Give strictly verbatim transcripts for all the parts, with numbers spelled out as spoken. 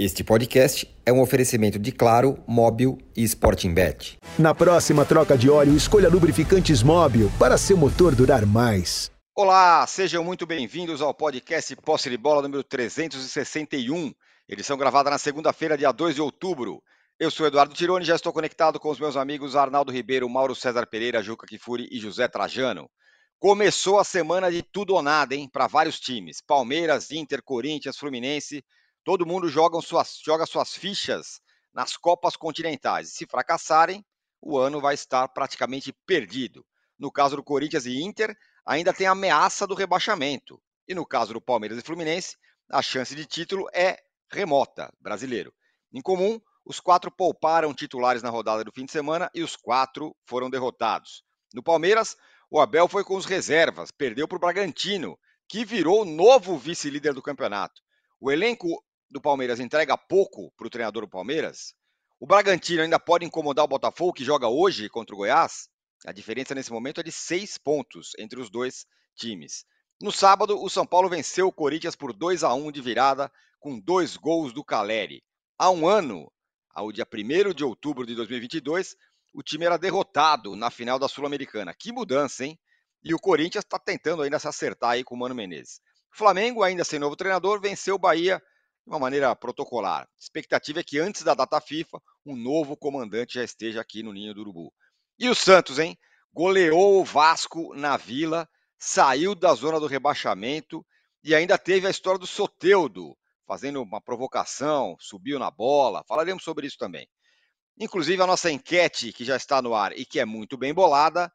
Este podcast é um oferecimento de Claro, Móbil e Sporting Bet. Na próxima troca de óleo, escolha lubrificantes Móbil para seu motor durar mais. Olá, sejam muito bem-vindos ao podcast Posse de Bola número trezentos e sessenta e um, edição gravada na segunda-feira, dia dois de outubro. Eu sou Eduardo Tironi e já estou conectado com os meus amigos Arnaldo Ribeiro, Mauro César Pereira, Juca Kifuri e José Trajano. Começou a semana de tudo ou nada, hein, para vários times. Palmeiras, Inter, Corinthians, Fluminense, todo mundo joga suas, joga suas fichas nas Copas Continentais. E se fracassarem, o ano vai estar praticamente perdido. No caso do Corinthians e Inter, ainda tem a ameaça do rebaixamento. E no caso do Palmeiras e Fluminense, a chance de título é remota, brasileiro. Em comum, os quatro pouparam titulares na rodada do fim de semana e os quatro foram derrotados. No Palmeiras, o Abel foi com os reservas, perdeu para o Bragantino, que virou o novo vice-líder do campeonato. O elenco do Palmeiras entrega pouco para o treinador do Palmeiras. O Bragantino ainda pode incomodar o Botafogo, que joga hoje contra o Goiás. A diferença nesse momento é de seis pontos entre os dois times. No sábado, o São Paulo venceu o Corinthians por dois a um de virada, com dois gols do Caleri. Há um ano, ao dia primeiro de outubro de dois mil e vinte e dois, o time era derrotado na final da Sul-Americana. Que mudança, hein? E o Corinthians está tentando ainda se acertar aí com o Mano Menezes. O Flamengo, ainda sem novo treinador, venceu o Bahia de uma maneira protocolar. A expectativa é que antes da data FIFA, um novo comandante já esteja aqui no Ninho do Urubu. E o Santos, hein? Goleou o Vasco na Vila, saiu da zona do rebaixamento e ainda teve a história do Soteldo, fazendo uma provocação, subiu na bola. Falaremos sobre isso também. Inclusive, a nossa enquete, que já está no ar e que é muito bem bolada,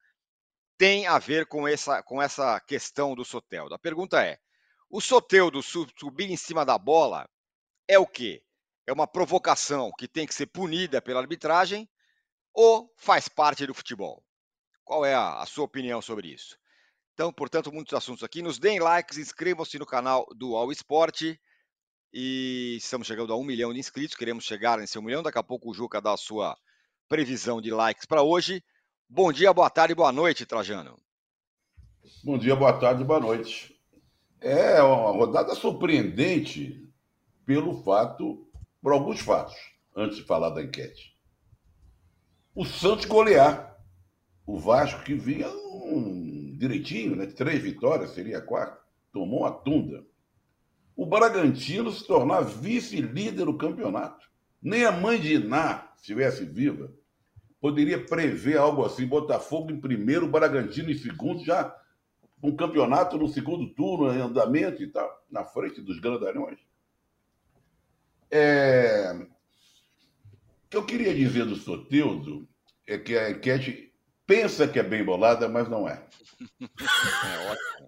tem a ver com essa, com essa questão do Soteldo. A pergunta é, o Soteldo subir em cima da bola é o quê? É uma provocação que tem que ser punida pela arbitragem ou faz parte do futebol? Qual é a, a sua opinião sobre isso? Então, portanto, muitos assuntos aqui. Nos deem likes, inscrevam-se no canal do All Sport. E estamos chegando a um milhão de inscritos, queremos chegar nesse um milhão. Daqui a pouco o Juca dá a sua previsão de likes para hoje. Bom dia, boa tarde, boa noite, Trajano. Bom dia, boa tarde, boa noite. É uma rodada surpreendente pelo fato, por alguns fatos, antes de falar da enquete. O Santos golear o Vasco, que vinha um direitinho, né? Três vitórias, seria a quarta, tomou uma tunda. O Bragantino se tornar vice-líder do campeonato. Nem a mãe de Iná, se estivesse viva, poderia prever algo assim. Botafogo em primeiro, Bragantino em segundo, já um campeonato no segundo turno, em andamento e tal, na frente dos grandalhões. É... O que eu queria dizer do Soteldo é que a enquete pensa que é bem bolada, mas não é. É ótimo.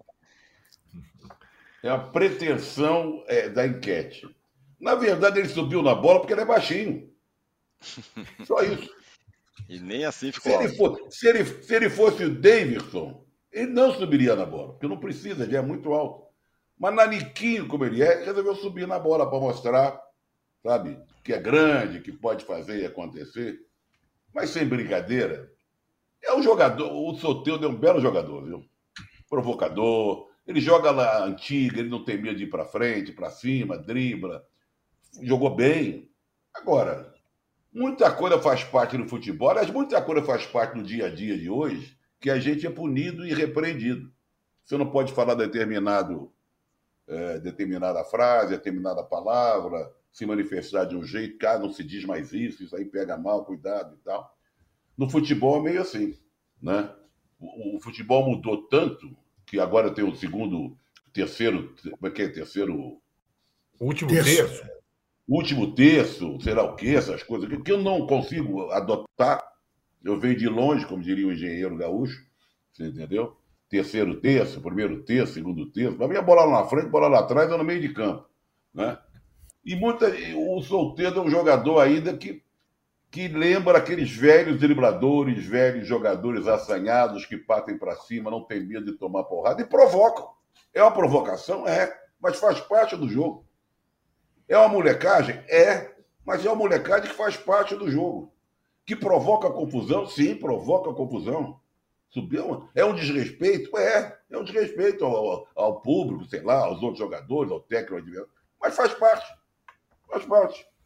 É a pretensão é, da enquete. Na verdade, ele subiu na bola porque ele é baixinho. Só isso. E nem assim ficou. Se ele, for, se ele, se ele fosse o Davidson, ele não subiria na bola, porque não precisa, ele é muito alto. Mas naniquinho como ele é, resolveu subir na bola para mostrar, sabe, que é grande, que pode fazer e acontecer. Mas sem brincadeira, é um jogador, o Soteldo é um belo jogador, viu? Provocador. Ele joga na antiga, ele não tem medo de ir para frente, para cima, dribla. Jogou bem. Agora, muita coisa faz parte do futebol, aliás, muita coisa faz parte do dia a dia de hoje, que a gente é punido e repreendido. Você não pode falar determinado, é, determinada frase, determinada palavra, se manifestar de um jeito, cara, não se diz mais isso, isso aí pega mal, cuidado e tal. No futebol é meio assim, né? O, o futebol mudou tanto que agora tem o segundo, terceiro, como é que é? Terceiro... Último terço. terço. Último terço, sei lá o quê, essas coisas, que eu não consigo adotar. Eu venho de longe, como diria o engenheiro gaúcho, você entendeu? Terceiro terço, primeiro terço, segundo terço. Para mim, a bola lá na frente, bola lá atrás, é no meio de campo, né? E muita, o Soteldo é um jogador ainda que, que lembra aqueles velhos dribladores, velhos jogadores assanhados que partem para cima, não tem medo de tomar porrada e provocam. É uma provocação? É, mas faz parte do jogo. É uma molecagem? É, mas é uma molecagem que faz parte do jogo. Que provoca confusão? Sim, provoca confusão. Subiu? É um desrespeito? É, é um desrespeito ao, ao público, sei lá, aos outros jogadores, ao técnico, ao adversário. Mas faz parte. Faz parte.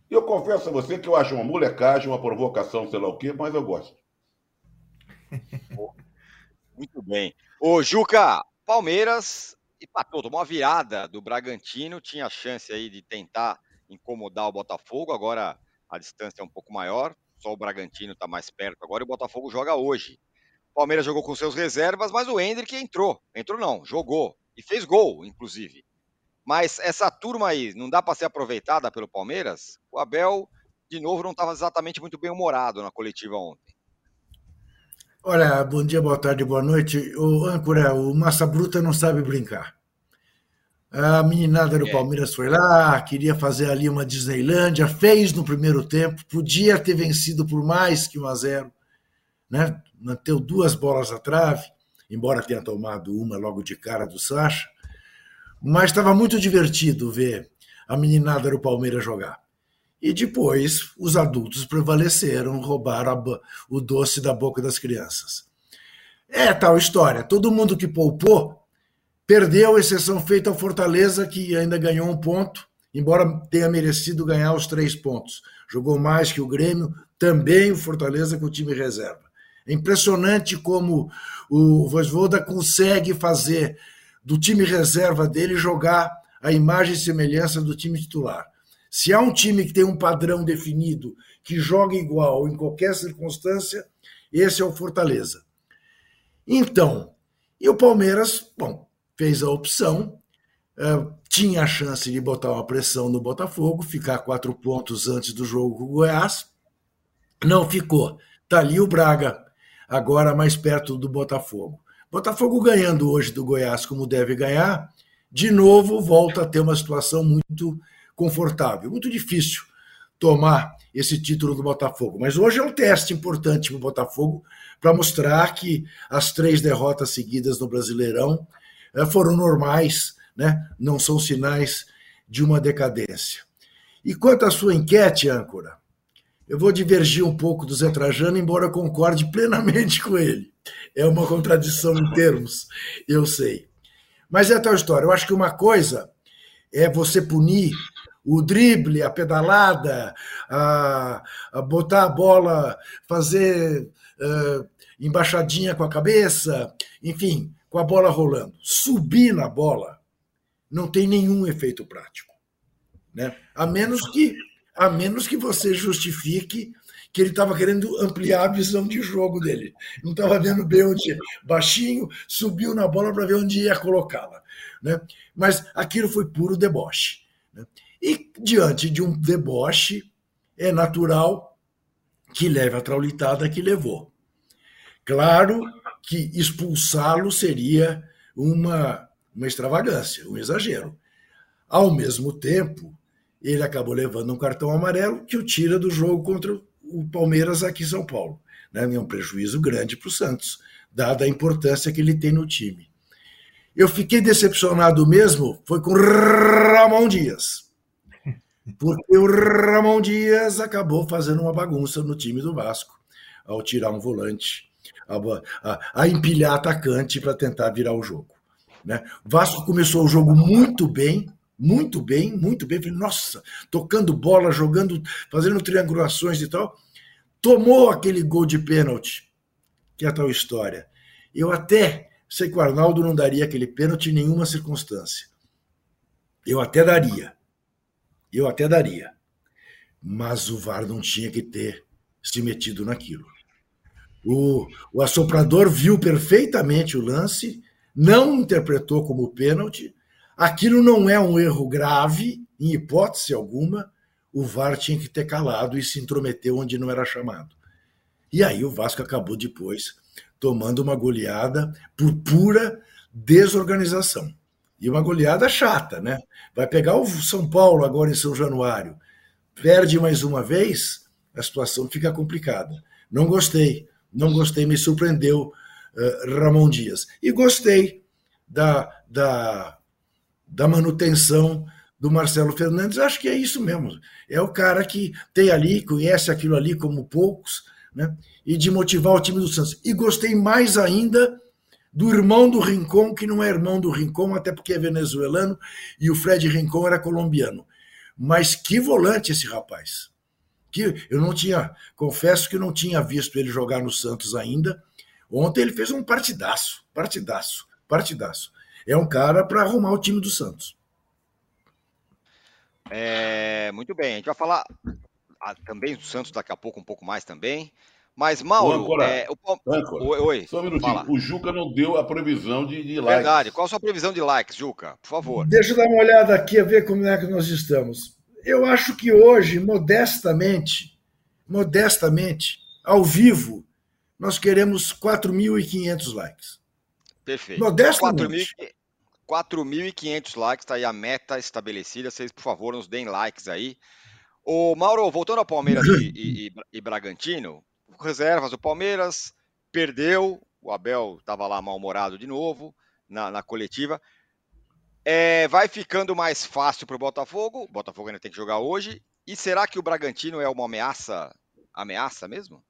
E eu confesso a você que eu acho uma molecagem, uma provocação, sei lá o quê, mas eu gosto. Muito bem. Ô, Juca, Palmeiras empatou, tomou uma virada do Bragantino, tinha a chance aí de tentar incomodar o Botafogo, agora a distância é um pouco maior, só o Bragantino está mais perto agora e o Botafogo joga hoje. O Palmeiras jogou com seus reservas, mas o Endrick entrou. Entrou não, jogou. E fez gol, inclusive. Mas essa turma aí, não dá para ser aproveitada pelo Palmeiras? O Abel, de novo, não estava exatamente muito bem humorado na coletiva ontem. Olha, bom dia, boa tarde, boa noite. O âncora, o Massa Bruta não sabe brincar. A meninada do Palmeiras foi lá, queria fazer ali uma Disneylândia, fez no primeiro tempo, podia ter vencido por mais que um a zero, né? Manteve duas bolas à trave, embora tenha tomado uma logo de cara do Sacha, mas estava muito divertido ver a meninada do Palmeiras jogar. E depois os adultos prevaleceram, roubaram a, o doce da boca das crianças. É tal história, todo mundo que poupou perdeu, exceção feita ao Fortaleza, que ainda ganhou um ponto, embora tenha merecido ganhar os três pontos. Jogou mais que o Grêmio, também o Fortaleza com o time reserva. É impressionante como o Vojvoda consegue fazer do time reserva dele jogar a imagem e semelhança do time titular. Se há um time que tem um padrão definido, que joga igual em qualquer circunstância, esse é o Fortaleza. Então, e o Palmeiras, bom, fez a opção, uh, tinha a chance de botar uma pressão no Botafogo, ficar quatro pontos antes do jogo com o Goiás, não ficou. Está ali o Braga, agora mais perto do Botafogo. Botafogo ganhando hoje do Goiás como deve ganhar, de novo volta a ter uma situação muito confortável. Muito difícil tomar esse título do Botafogo, mas hoje é um teste importante para o Botafogo para mostrar que as três derrotas seguidas no Brasileirão foram normais, né? Não são sinais de uma decadência. E quanto à sua enquete, âncora, eu vou divergir um pouco do Zé Trajano, embora eu concorde plenamente com ele. É uma contradição em termos, eu sei. Mas é tal história. Eu acho que uma coisa é você punir o drible, a pedalada, a, a botar a bola, fazer uh, embaixadinha com a cabeça, enfim, com a bola rolando. Subir na bola não tem nenhum efeito prático, né? A menos que, a menos que você justifique que ele estava querendo ampliar a visão de jogo dele. Não estava vendo bem onde ia. Baixinho, subiu na bola para ver onde ia colocá-la, né? Mas aquilo foi puro deboche, né? E diante de um deboche, é natural que leve a traulitada que levou. Claro que expulsá-lo seria uma, uma extravagância, um exagero. Ao mesmo tempo, ele acabou levando um cartão amarelo que o tira do jogo contra o Palmeiras aqui em São Paulo, né? É um prejuízo grande para o Santos, dada a importância que ele tem no time. Eu fiquei decepcionado mesmo, foi com Ramon Dias. Porque o Ramon Dias acabou fazendo uma bagunça no time do Vasco, ao tirar um volante, a, a, a empilhar atacante para tentar virar o jogo, né? O Vasco começou o jogo muito bem, muito bem, muito bem. Falei, nossa, tocando bola, jogando, fazendo triangulações e tal. Tomou aquele gol de pênalti, que é a tal história. Eu até sei que o Arnaldo não daria aquele pênalti em nenhuma circunstância. Eu até daria. Eu até daria. Mas o V A R não tinha que ter se metido naquilo. O, o assoprador viu perfeitamente o lance, não interpretou como pênalti. Aquilo não é um erro grave, em hipótese alguma. O V A R tinha que ter calado e se intrometeu onde não era chamado. E aí o Vasco acabou depois tomando uma goleada por pura desorganização. E uma goleada chata, né? Vai pegar o São Paulo agora em São Januário. Perde mais uma vez, a situação fica complicada. Não gostei, não gostei, me surpreendeu uh, Ramon Dias. E gostei da, da, da manutenção do Marcelo Fernandes. Acho que é isso mesmo. É o cara que tem ali, conhece aquilo ali como poucos, né? E de motivar o time do Santos. E gostei mais ainda do irmão do Rincon, que não é irmão do Rincon, até porque é venezuelano, e o Fred Rincon era colombiano. Mas que volante esse rapaz. Que eu não tinha, confesso que não tinha visto ele jogar no Santos ainda. Ontem ele fez um partidaço, partidaço, partidaço. É um cara para arrumar o time do Santos. É, muito bem, a gente vai falar ah, também do Santos daqui a pouco, um pouco mais também. Mas, Mauro, Âncora, é, o... Âncora, oi, oi, só um minutinho. fala. O Juca não deu a previsão de, de likes. Verdade, qual a sua previsão de likes, Juca? Por favor. Deixa eu dar uma olhada aqui a ver como é que nós estamos. Eu acho que hoje, modestamente, modestamente, ao vivo, nós queremos quatro mil e quinhentos likes. Perfeito. Modestamente. quatro mil e quinhentos likes, tá aí a meta estabelecida. Vocês, por favor, nos deem likes aí. Ô, Mauro, voltando ao Palmeiras e, e, e Bragantino, reservas, o Palmeiras perdeu, o Abel estava lá mal-humorado de novo na, na coletiva. É, vai ficando mais fácil para o Botafogo, o Botafogo ainda tem que jogar hoje, e será que o Bragantino é uma ameaça, ameaça mesmo?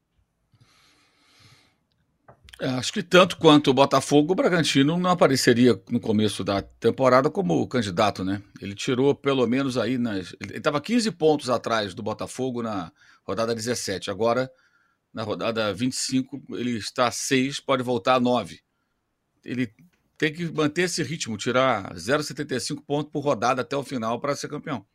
É, acho que tanto quanto o Botafogo, o Bragantino não apareceria no começo da temporada como candidato, né? Ele tirou pelo menos aí nas... Ele estava quinze pontos atrás do Botafogo na rodada dezessete. Agora, na rodada vinte e cinco, ele está a seis, pode voltar a nove. Ele tem que manter esse ritmo, tirar zero vírgula setenta e cinco pontos por rodada até o final para ser campeão.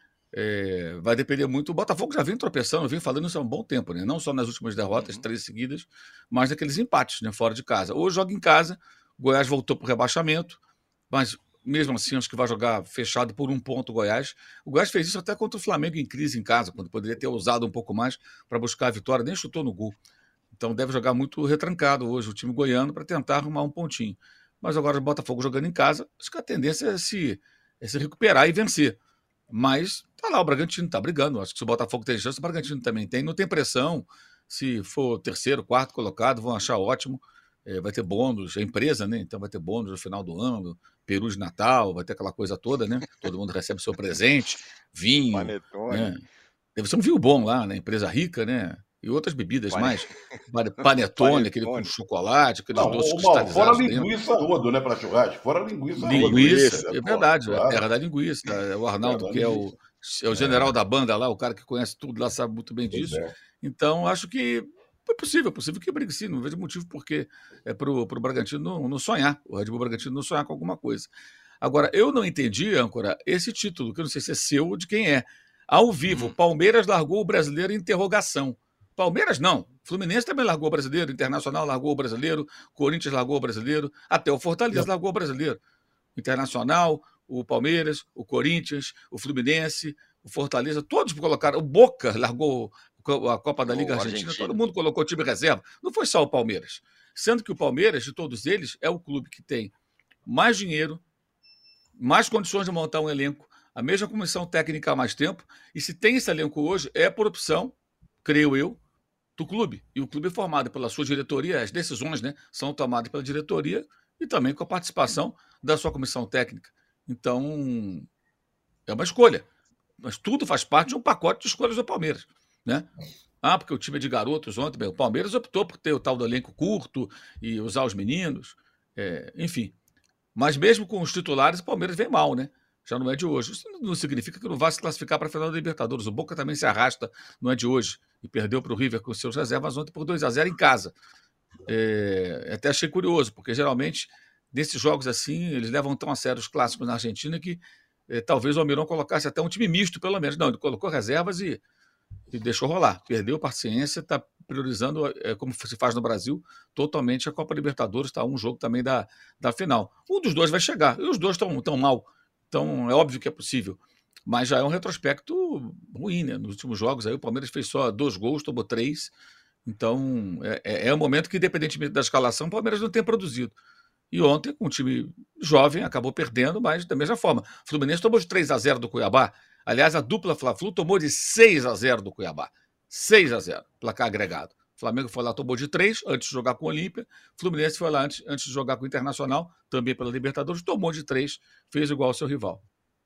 É, vai depender muito. O Botafogo já vem tropeçando, vem falando isso há um bom tempo, né? Não só nas últimas derrotas, uhum. três seguidas, mas naqueles empates, né? Fora de casa. Hoje joga em casa, o Goiás voltou para o rebaixamento, mas mesmo assim acho que vai jogar fechado por um ponto o Goiás. O Goiás fez isso até contra o Flamengo em crise em casa, quando poderia ter ousado um pouco mais para buscar a vitória, nem chutou no gol. Então deve jogar muito retrancado hoje o time goiano para tentar arrumar um pontinho. Mas agora o Botafogo jogando em casa, acho que a tendência é se, é se recuperar e vencer. Mas tá lá, o Bragantino tá brigando. Acho que se o Botafogo tem chance, o Bragantino também tem. Não tem pressão. Se for terceiro, quarto colocado, vão achar ótimo. É, vai ter bônus, é empresa, né? Então vai ter bônus no final do ano, peru de Natal, vai ter aquela coisa toda, né? Todo mundo recebe seu presente, vinho. Panetone. Né? Deve ser um vinho bom lá, né? Empresa rica, né? E outras bebidas Pane... mais. Panetone, Panetone, aquele com chocolate, aqueles não, doces Mauro, cristalizados. Fora linguiça rodo, né, para churrasco? Fora linguiça rodo. Linguiça, é verdade, claro. É a terra da linguiça. É o Arnaldo, que é o, é o general é. da banda lá, o cara que conhece tudo lá, sabe muito bem disso. É. Então, acho que é possível, é possível que brigue sim. Não vejo motivo porque é para o Bragantino não, não sonhar, o Red Bull Bragantino não sonhar com alguma coisa. Agora, eu não entendi, Âncora, esse título, que eu não sei se é seu ou de quem é. Ao vivo, hum. Palmeiras largou o brasileiro em interrogação. Palmeiras não. Fluminense também largou o brasileiro, Internacional largou o brasileiro, Corinthians largou o brasileiro, até o Fortaleza não. largou o brasileiro. Internacional, o Palmeiras, o Corinthians, o Fluminense, o Fortaleza, todos colocaram. O Boca largou a Copa da Liga oh, Argentina, Argentina, todo mundo colocou time reserva. Não foi só o Palmeiras. Sendo que o Palmeiras, de todos eles, é o clube que tem mais dinheiro, mais condições de montar um elenco, a mesma comissão técnica há mais tempo, e se tem esse elenco hoje, é por opção, creio eu, do clube. E o clube é formado pela sua diretoria, as decisões, né, são tomadas pela diretoria e também com a participação da sua comissão técnica. Então, é uma escolha. Mas tudo faz parte de um pacote de escolhas do Palmeiras, né? Ah, porque o time é de garotos ontem, bem, o Palmeiras optou por ter o tal do elenco curto e usar os meninos, é, enfim. Mas mesmo com os titulares, o Palmeiras vem mal, né? Já não é de hoje. Isso não significa que não vai se classificar para a final da Libertadores. O Boca também se arrasta, não é de hoje. E perdeu para o River com seus reservas ontem por dois a zero em casa. É, até achei curioso, porque geralmente, nesses jogos assim, eles levam tão a sério os clássicos na Argentina que é, talvez o Almirão colocasse até um time misto, pelo menos. Não, ele colocou reservas e, e deixou rolar. Perdeu paciência, está priorizando, é, como se faz no Brasil, totalmente a Copa Libertadores. Está um jogo também da, da final. Um dos dois vai chegar. E os dois estão tão mal. Então, é óbvio que é possível. Mas já é um retrospecto ruim, né? Nos últimos jogos, aí, o Palmeiras fez só dois gols, tomou três. Então, é, é um momento que, independentemente da escalação, o Palmeiras não tem produzido. E ontem, com um time jovem, acabou perdendo, mas da mesma forma. O Fluminense tomou de três a zero do Cuiabá. Aliás, a dupla Fla-Flu tomou de seis a zero do Cuiabá. seis a zero, placar agregado. O Flamengo foi lá, tomou de três antes de jogar com o Olímpia. O Fluminense foi lá antes, antes de jogar com o Internacional, também pela Libertadores, tomou de três, fez igual ao seu rival.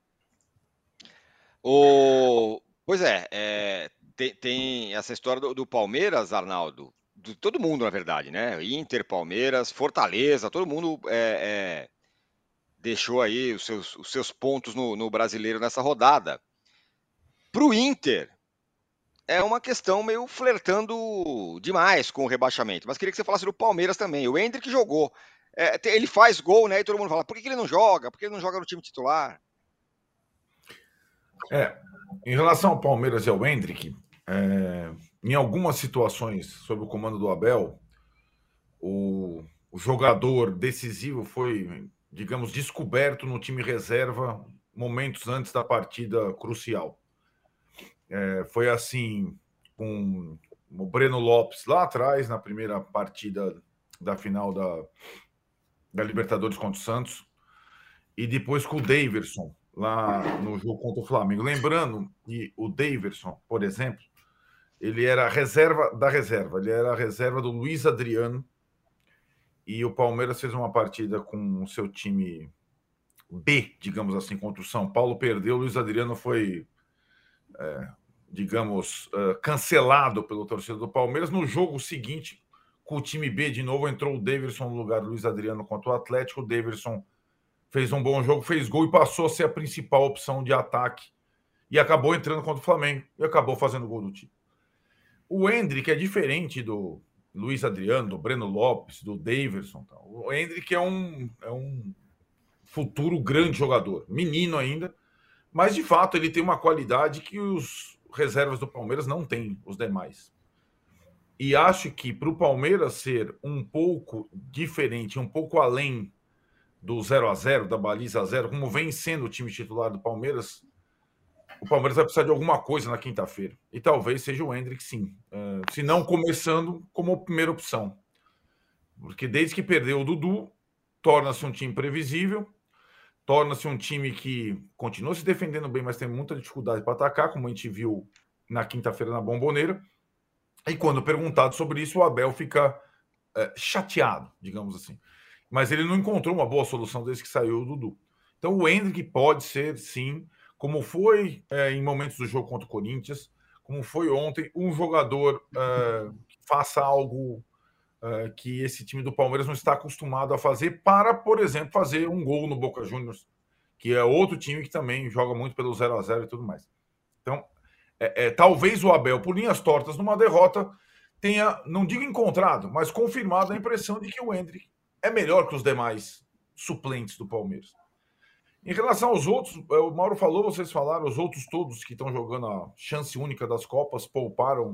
O... Pois é, é tem, tem essa história do, do Palmeiras, Arnaldo, de todo mundo, na verdade, né? Inter, Palmeiras, Fortaleza, todo mundo é, é, deixou aí os seus, os seus pontos no, no brasileiro nessa rodada. Para o Inter, é uma questão meio flertando demais com o rebaixamento. Mas queria que você falasse do Palmeiras também. O Endrick jogou. É, ele faz gol, né? E todo mundo fala, por que ele não joga? Por que ele não joga no time titular? É, em relação ao Palmeiras e ao Endrick, é, em algumas situações, sob o comando do Abel, o, o jogador decisivo foi, digamos, descoberto no time reserva momentos antes da partida crucial. É, foi assim com o Breno Lopes lá atrás, na primeira partida da final da, da Libertadores contra o Santos, e depois com o Daverson, lá no jogo contra o Flamengo. Lembrando que o Daverson, por exemplo, ele era a reserva da reserva, ele era a reserva do Luiz Adriano, e o Palmeiras fez uma partida com o seu time B, digamos assim, contra o São Paulo, perdeu, o Luiz Adriano foi, é, digamos, uh, cancelado pelo torcedor do Palmeiras. No jogo seguinte, com o time B de novo, entrou o Daverson no lugar do Luiz Adriano contra o Atlético. O Daverson fez um bom jogo, fez gol e passou a ser a principal opção de ataque. E acabou entrando contra o Flamengo e acabou fazendo gol do time. O Endrick é diferente do Luiz Adriano, do Breno Lopes, do Daverson. O Endrick é um, é um futuro grande jogador, menino ainda, mas de fato ele tem uma qualidade que os reservas do Palmeiras não têm, os demais. E acho que para o Palmeiras ser um pouco diferente, um pouco além do zero a zero, da baliza a zero, como vem sendo o time titular do Palmeiras, o Palmeiras vai precisar de alguma coisa na quinta-feira. E talvez seja o Endrick, sim. Uh, se não começando como primeira opção. Porque desde que perdeu o Dudu, torna-se um time previsível, torna-se um time que continua se defendendo bem, mas tem muita dificuldade para atacar, como a gente viu na quinta-feira na Bomboneira. E quando perguntado sobre isso, o Abel fica é, chateado, digamos assim. Mas ele não encontrou uma boa solução desde que saiu o Dudu. Então o Endrick pode ser, sim, como foi é, em momentos do jogo contra o Corinthians, como foi ontem, um jogador é, que faça algo é, que esse time do Palmeiras não está acostumado a fazer para, por exemplo, fazer um gol no Boca Juniors, que é outro time que também joga muito pelo zero a zero e tudo mais. Então, é, é, talvez o Abel, por linhas tortas, numa derrota, tenha, não digo encontrado, mas confirmado a impressão de que o Endrick é melhor que os demais suplentes do Palmeiras. Em relação aos outros, o Mauro falou, vocês falaram, os outros todos que estão jogando a chance única das Copas pouparam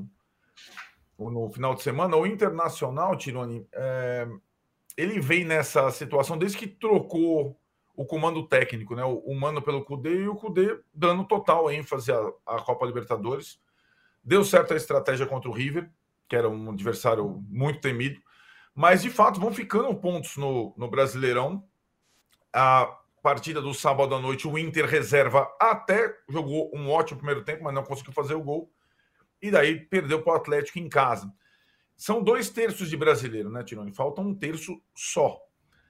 no final de semana. O Internacional, Tironi, é, ele vem nessa situação desde que trocou o comando técnico, né? O, o Mano pelo Cudê, e o Cudê dando total ênfase à, à Copa Libertadores. Deu certo a estratégia contra o River, que era um adversário muito temido, mas de fato vão ficando pontos no, no Brasileirão. A partida do sábado à noite, o Inter reserva até jogou um ótimo primeiro tempo, mas não conseguiu fazer o gol. E daí perdeu para o Atlético em casa. São dois terços de brasileiro, né, Tironi? Falta um terço só.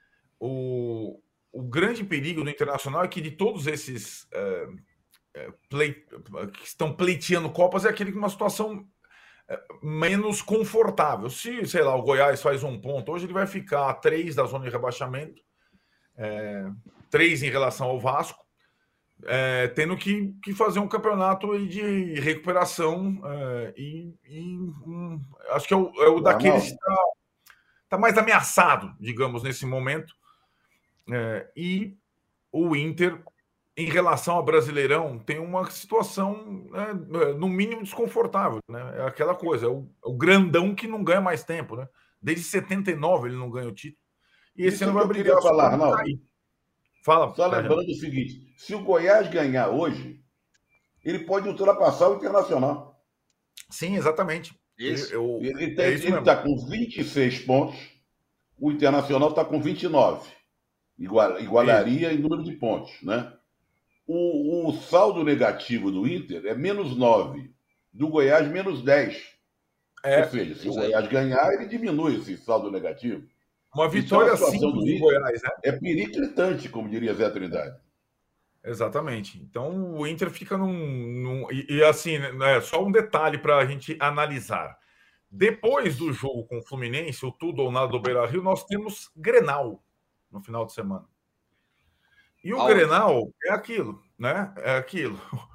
O, o grande perigo do Internacional é que de todos esses é, é, play, que estão pleiteando Copas, é aquele com uma situação é, menos confortável. Se, sei lá, o Goiás faz um ponto, hoje ele vai ficar a três da zona de rebaixamento, é, três em relação ao Vasco, É, tendo que, que fazer um campeonato aí de recuperação é, e, e um, acho que é o, é o daqueles que está tá mais ameaçado, digamos, nesse momento. É, e o Inter, em relação ao Brasileirão, tem uma situação, né, no mínimo, desconfortável. Né? É aquela coisa, é o, é o grandão que não ganha mais tempo. Né? Desde setenta e nove ele não ganha o título. E esse Isso ano que vai eu brigar. queria falar, Arnaldo. Fala. Só lembrando o seguinte, se o Goiás ganhar hoje, ele pode ultrapassar o Internacional. Sim, exatamente. Isso. Eu, eu, ele está é com vinte e seis pontos, o Internacional está com vinte e nove. Igual, igualaria isso. Em número de pontos. Né? O, o saldo negativo do Inter é menos nove, do Goiás menos dez. É, Ou seja, se o Goiás ganhar, ele diminui esse saldo negativo. Uma vitória simples do, do Goiás, né? É periclitante, como diria Zé Trindade. Exatamente. Então o Inter fica num. num e, e assim, né, só um detalhe para a gente analisar. Depois do jogo com o Fluminense, o tudo ou nada do Beira-Rio, nós temos Grenal no final de semana. E o Aonde? Grenal é aquilo, né? É aquilo.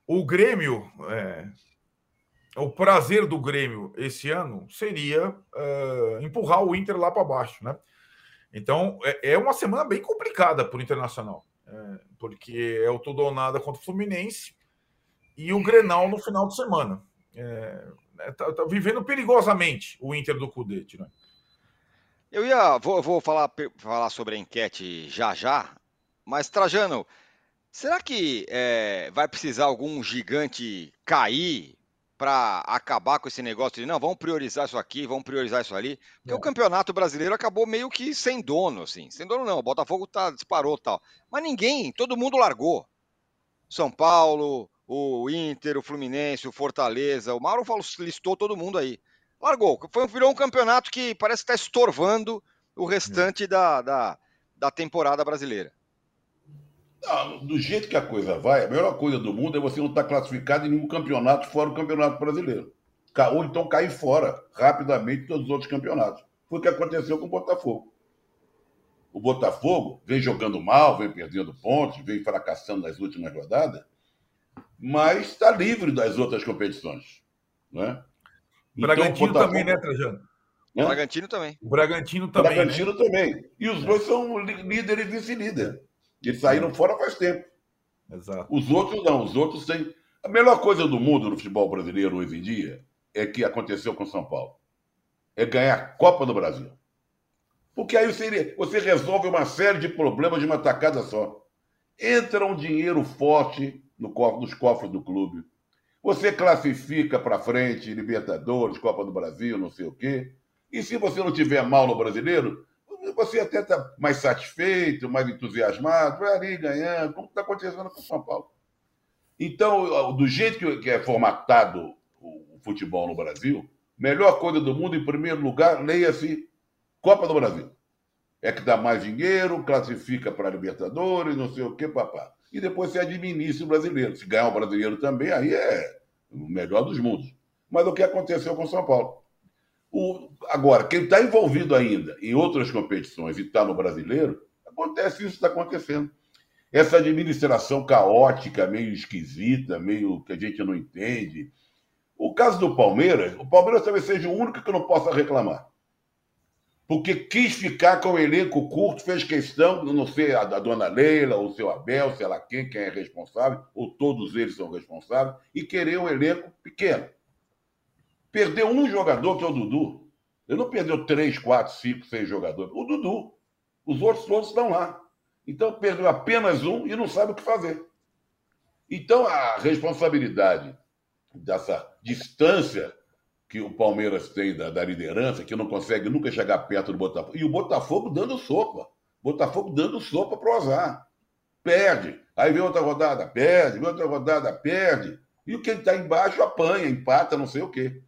o Grêmio, é, o prazer do Grêmio esse ano seria é, empurrar o Inter lá para baixo, né? Então, é, é uma semana bem complicada para o Internacional, é, porque é o tudo ou nada contra o Fluminense e o Grenal no final de semana. É, tá, tá vivendo perigosamente o Inter do Cudê, né? Eu ia, vou, vou falar, falar sobre a enquete já já, mas Trajano, será que é, vai precisar algum gigante cair para acabar com esse negócio de não, vamos priorizar isso aqui, vamos priorizar isso ali? Porque é. o Campeonato Brasileiro acabou meio que sem dono, assim. Sem dono não, o Botafogo tá, disparou e tal. Mas ninguém, todo mundo largou. São Paulo, o Inter, o Fluminense, o Fortaleza, o Mauro falou, listou todo mundo aí. Largou, foi, virou um campeonato que parece que está estorvando o restante é. da, da, da temporada brasileira. Não, do jeito que a coisa vai, a melhor coisa do mundo é você não estar classificado em nenhum campeonato fora do Campeonato Brasileiro. Ou então cair fora, rapidamente, de todos os outros campeonatos. Foi o que aconteceu com o Botafogo. O Botafogo vem jogando mal, vem perdendo pontos, vem fracassando nas últimas rodadas, mas está livre das outras competições. Né? O Bragantino então, o Botafogo... também, né, Trajano? O Bragantino também. O Bragantino também. O Bragantino né? também. E os dois são líder e vice-líder. Eles saíram fora faz tempo. Exato. Os outros não. Os outros têm... A melhor coisa do mundo no futebol brasileiro hoje em dia é que aconteceu com São Paulo. É ganhar a Copa do Brasil. Porque aí você, você resolve uma série de problemas de uma tacada só. Entra um dinheiro forte no cofre, nos cofres do clube. Você classifica para frente Libertadores, Copa do Brasil, não sei o quê. E se você não tiver mal no brasileiro, você até está mais satisfeito, mais entusiasmado, vai ali ganhando, como está acontecendo com o São Paulo. Então, do jeito que é formatado o futebol no Brasil, melhor coisa do mundo, em primeiro lugar, leia-se Copa do Brasil. É que dá mais dinheiro, classifica para Libertadores, não sei o quê, papá. E depois você administra o brasileiro. Se ganhar o brasileiro também, aí é o melhor dos mundos. Mas o que aconteceu com o São Paulo? O, agora, quem está envolvido ainda em outras competições e está no brasileiro, acontece isso que está acontecendo. Essa administração caótica, meio esquisita, meio que a gente não entende. O caso do Palmeiras, o Palmeiras talvez seja o único que eu não possa reclamar. Porque quis ficar com o elenco curto, fez questão, não sei, a, a dona Leila, ou o seu Abel, sei lá quem, quem é responsável, ou todos eles são responsáveis, e querer um elenco pequeno. Perdeu um jogador, que é o Dudu. Ele não perdeu três, quatro, cinco, seis jogadores. O Dudu. Os outros todos estão lá. Então, perdeu apenas um e não sabe o que fazer. Então, a responsabilidade dessa distância que o Palmeiras tem da, da liderança, que não consegue nunca chegar perto do Botafogo. E o Botafogo dando sopa. Botafogo dando sopa para o azar. Perde. Aí vem outra rodada, perde. Vem outra rodada, perde. E quem está embaixo apanha, empata, não sei o quê.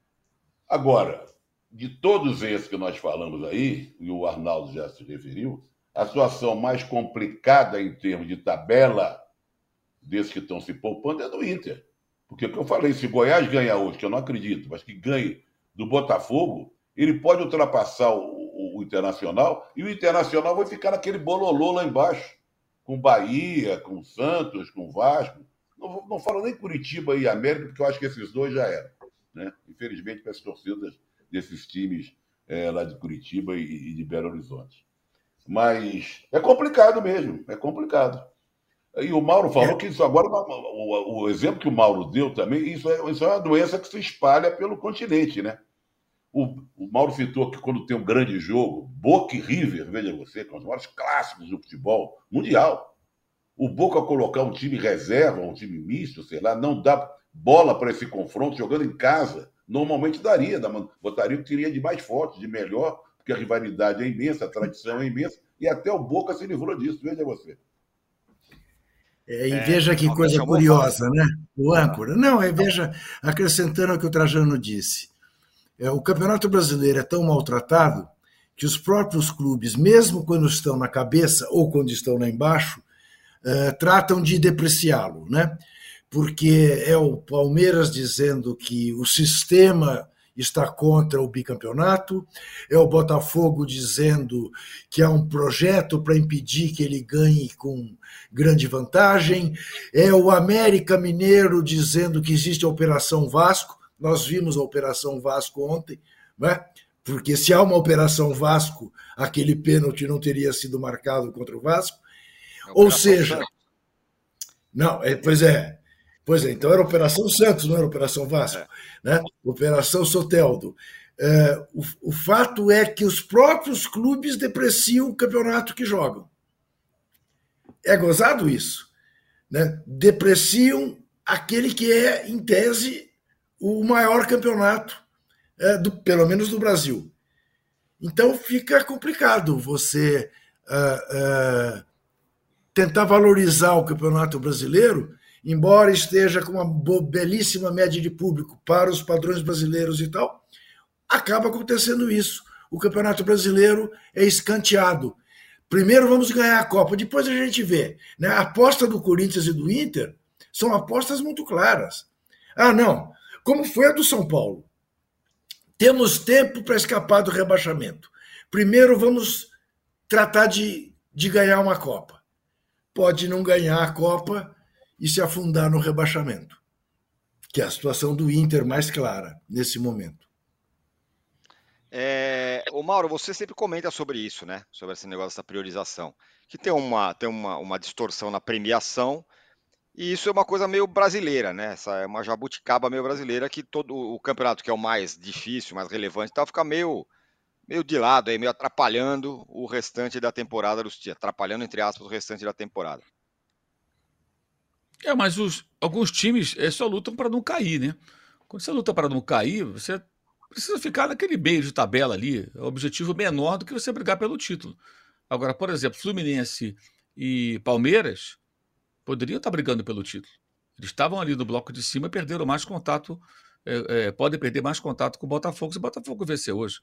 Agora, de todos esses que nós falamos aí, e o Arnaldo já se referiu, a situação mais complicada em termos de tabela desses que estão se poupando é do Inter. Porque, como eu falei, se Goiás ganhar hoje, que eu não acredito, mas que ganhe do Botafogo, ele pode ultrapassar o, o, o Internacional, e o Internacional vai ficar naquele bololô lá embaixo, com Bahia, com Santos, com Vasco. Não, não falo nem Curitiba e América, porque eu acho que esses dois já eram. Né? Infelizmente, para as torcidas desses times é, lá de Curitiba e, e de Belo Horizonte. Mas é complicado mesmo, é complicado. E o Mauro falou que isso agora, o, o exemplo que o Mauro deu também, isso é, isso é uma doença que se espalha pelo continente, né? O, o Mauro citou que quando tem um grande jogo, Boca e River, veja você, que são os maiores clássicos do futebol mundial. O Boca colocar um time reserva, um time misto, sei lá, não dá bola para esse confronto jogando em casa. Normalmente daria, botaria o que teria de mais forte, de melhor, porque a rivalidade é imensa, a tradição é imensa, e até o Boca se livrou disso, veja você. É, e veja que coisa curiosa, né? O âncora. Não, é, veja, acrescentando ao que o Trajano disse, é, o Campeonato Brasileiro é tão maltratado que os próprios clubes, mesmo quando estão na cabeça ou quando estão lá embaixo, é, tratam de depreciá-lo, né? Porque é o Palmeiras dizendo que o sistema está contra o bicampeonato, é o Botafogo dizendo que há um projeto para impedir que ele ganhe com grande vantagem, é o América Mineiro dizendo que existe a Operação Vasco. Nós vimos a Operação Vasco ontem, né? Porque se há uma Operação Vasco, aquele pênalti não teria sido marcado contra o Vasco. Ou seja, não, é, pois é, pois é, então era Operação Santos, não era Operação Vasco, é. né? Operação Soteldo. É, o, o fato é que os próprios clubes depreciam o campeonato que jogam. É gozado isso, né? Depreciam aquele que é, em tese, o maior campeonato, é, do, pelo menos do Brasil. Então fica complicado você uh, uh, tentar valorizar o campeonato brasileiro, embora esteja com uma belíssima média de público para os padrões brasileiros e tal, acaba acontecendo isso. O campeonato brasileiro é escanteado. Primeiro vamos ganhar a Copa, depois a gente vê. Né? A aposta do Corinthians e do Inter são apostas muito claras. Ah, não, como foi a do São Paulo. Temos tempo para escapar do rebaixamento. Primeiro vamos tratar de, de ganhar uma Copa. Pode não ganhar a Copa e se afundar no rebaixamento, que é a situação do Inter mais clara nesse momento. É, ô Mauro, você sempre comenta sobre isso, né? Sobre esse negócio dessa priorização, que tem uma, tem uma, uma distorção na premiação, e isso é uma coisa meio brasileira, né? Essa é uma jabuticaba meio brasileira, que todo o campeonato que é o mais difícil, mais relevante, tal, fica meio, meio de lado, aí, meio atrapalhando o restante da temporada dos times, atrapalhando, entre aspas, o restante da temporada. É, mas os, alguns times é, só lutam para não cair, né? Quando você luta para não cair, você precisa ficar naquele meio de tabela ali, é um objetivo menor do que você brigar pelo título. Agora, por exemplo, Fluminense e Palmeiras poderiam estar brigando pelo título. Eles estavam ali no bloco de cima e perderam mais contato, é, é, podem perder mais contato com o Botafogo se o Botafogo vencer hoje.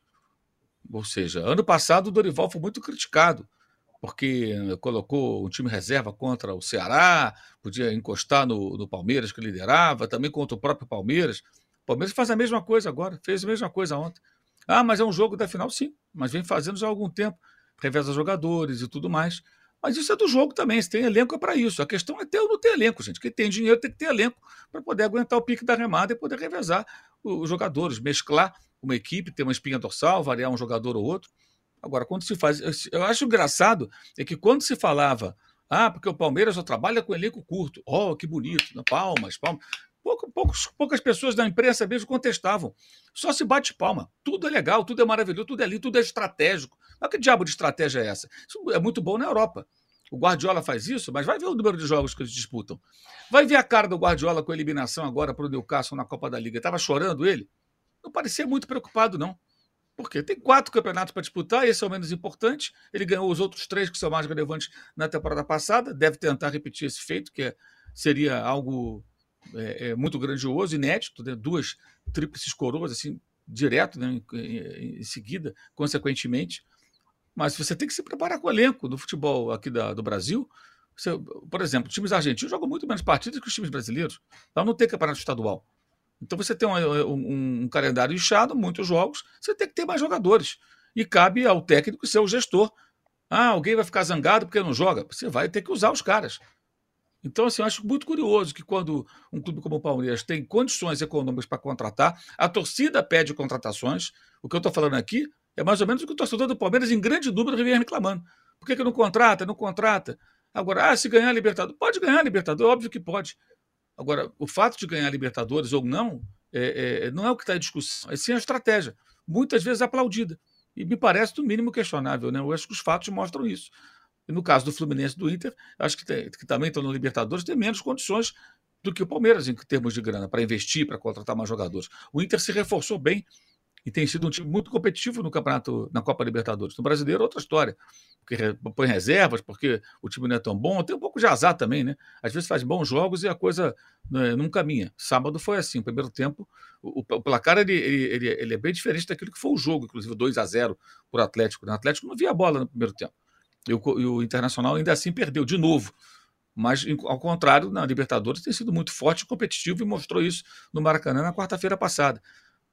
Ou seja, ano passado o Dorival foi muito criticado, porque colocou um time reserva contra o Ceará, podia encostar no, no Palmeiras, que liderava, também contra o próprio Palmeiras. O Palmeiras faz a mesma coisa agora, fez a mesma coisa ontem. Ah, mas é um jogo da final, sim, mas vem fazendo já há algum tempo, reveza jogadores e tudo mais. Mas isso é do jogo também, se tem elenco é para isso. A questão é ter ou não ter elenco, gente. Quem tem dinheiro tem que ter elenco para poder aguentar o pique da remada e poder revezar os jogadores, mesclar uma equipe, ter uma espinha dorsal, variar um jogador ou outro. Agora, quando se faz... Eu acho engraçado é que quando se falava ah, porque o Palmeiras só trabalha com elenco curto. Oh, que bonito, palmas, palmas. Pouco, poucos, poucas pessoas da imprensa mesmo contestavam. Só se bate palma. Tudo é legal, tudo é maravilhoso, tudo é lindo, tudo é estratégico. Mas que diabo de estratégia é essa? Isso é muito bom na Europa. O Guardiola faz isso, mas vai ver o número de jogos que eles disputam. Vai ver a cara do Guardiola com a eliminação agora para o Newcastle na Copa da Liga. Estava chorando ele? Não parecia muito preocupado, não. Porque tem quatro campeonatos para disputar, esse é o menos importante. Ele ganhou os outros três que são mais relevantes na temporada passada. Deve tentar repetir esse feito, que é, seria algo é, é, muito grandioso, inédito, né? Duas tríplices coroas, assim, direto, né? em, em, em seguida, consequentemente. Mas você tem que se preparar com o elenco do futebol aqui da, do Brasil. Você, por exemplo, times argentinos jogam muito menos partidas que os times brasileiros. Então não tem campeonato estadual. Então você tem um, um, um calendário inchado, muitos jogos, você tem que ter mais jogadores. E cabe ao técnico ser o gestor. Ah, alguém vai ficar zangado porque não joga? Você vai ter que usar os caras. Então, assim, eu acho muito curioso que quando um clube como o Palmeiras tem condições econômicas para contratar, a torcida pede contratações. O que eu estou falando aqui é mais ou menos o que o torcedor do Palmeiras, em grande número, vem reclamando. Por que, que não contrata? Não contrata. Agora, ah, se ganhar a Libertadores. Pode ganhar a Libertadores, óbvio que pode. Agora, o fato de ganhar a Libertadores ou não, é, é, não é o que está em discussão, é sim a estratégia, muitas vezes aplaudida. E me parece, no mínimo, questionável, né? Eu acho que os fatos mostram isso. E no caso do Fluminense e do Inter, acho que, tem, que também estão no Libertadores, tem menos condições do que o Palmeiras, em termos de grana, para investir, para contratar mais jogadores. O Inter se reforçou bem e tem sido um time muito competitivo no campeonato, na Copa Libertadores. No Brasileiro, outra história. Porque põe reservas, porque o time não é tão bom. Tem um pouco de azar também, né? Às vezes faz bons jogos e a coisa né, não caminha. Sábado foi assim, o primeiro tempo. O, o placar ele, ele, ele é bem diferente daquilo que foi o jogo, inclusive dois a zero para o Atlético. O Atlético não via a bola no primeiro tempo. E o, e o Internacional ainda assim perdeu de novo. Mas, ao contrário, na Libertadores tem sido muito forte e competitivo e mostrou isso no Maracanã na quarta-feira passada.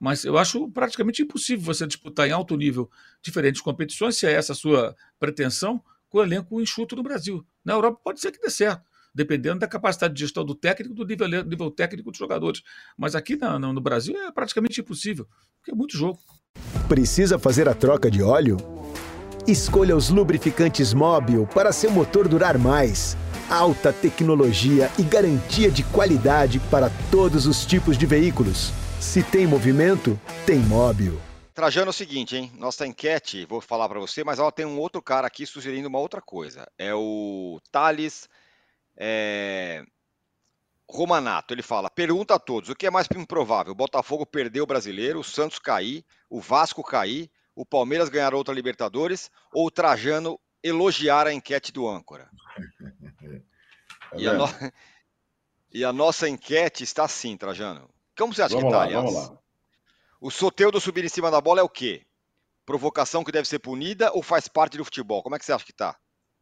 Mas eu acho praticamente impossível você disputar em alto nível diferentes competições, se é essa a sua pretensão, com o elenco enxuto no Brasil. Na Europa pode ser que dê certo, dependendo da capacidade de gestão do técnico, do nível, nível técnico dos jogadores. Mas aqui no, no Brasil é praticamente impossível, porque é muito jogo. Precisa fazer a troca de óleo? Escolha os lubrificantes Mobil para seu motor durar mais. Alta tecnologia e garantia de qualidade para todos os tipos de veículos. Se tem movimento, tem Mobil. Trajano, é o seguinte, hein? Nossa enquete, vou falar para você, mas ó, tem um outro cara aqui sugerindo uma outra coisa. É o Thales é... Romanato. Ele fala, pergunta a todos, o que é mais improvável? O Botafogo perder o Brasileiro, o Santos cair, o Vasco cair, o Palmeiras ganhar outra Libertadores ou o Trajano elogiar a enquete do âncora? Tá e, a no... e a nossa enquete está assim, Trajano. Como você acha vamos que está, lá, aliás? Vamos lá. O Soteldo subir em cima da bola é o quê? Provocação que deve ser punida ou faz parte do futebol? Como é que você acha que está?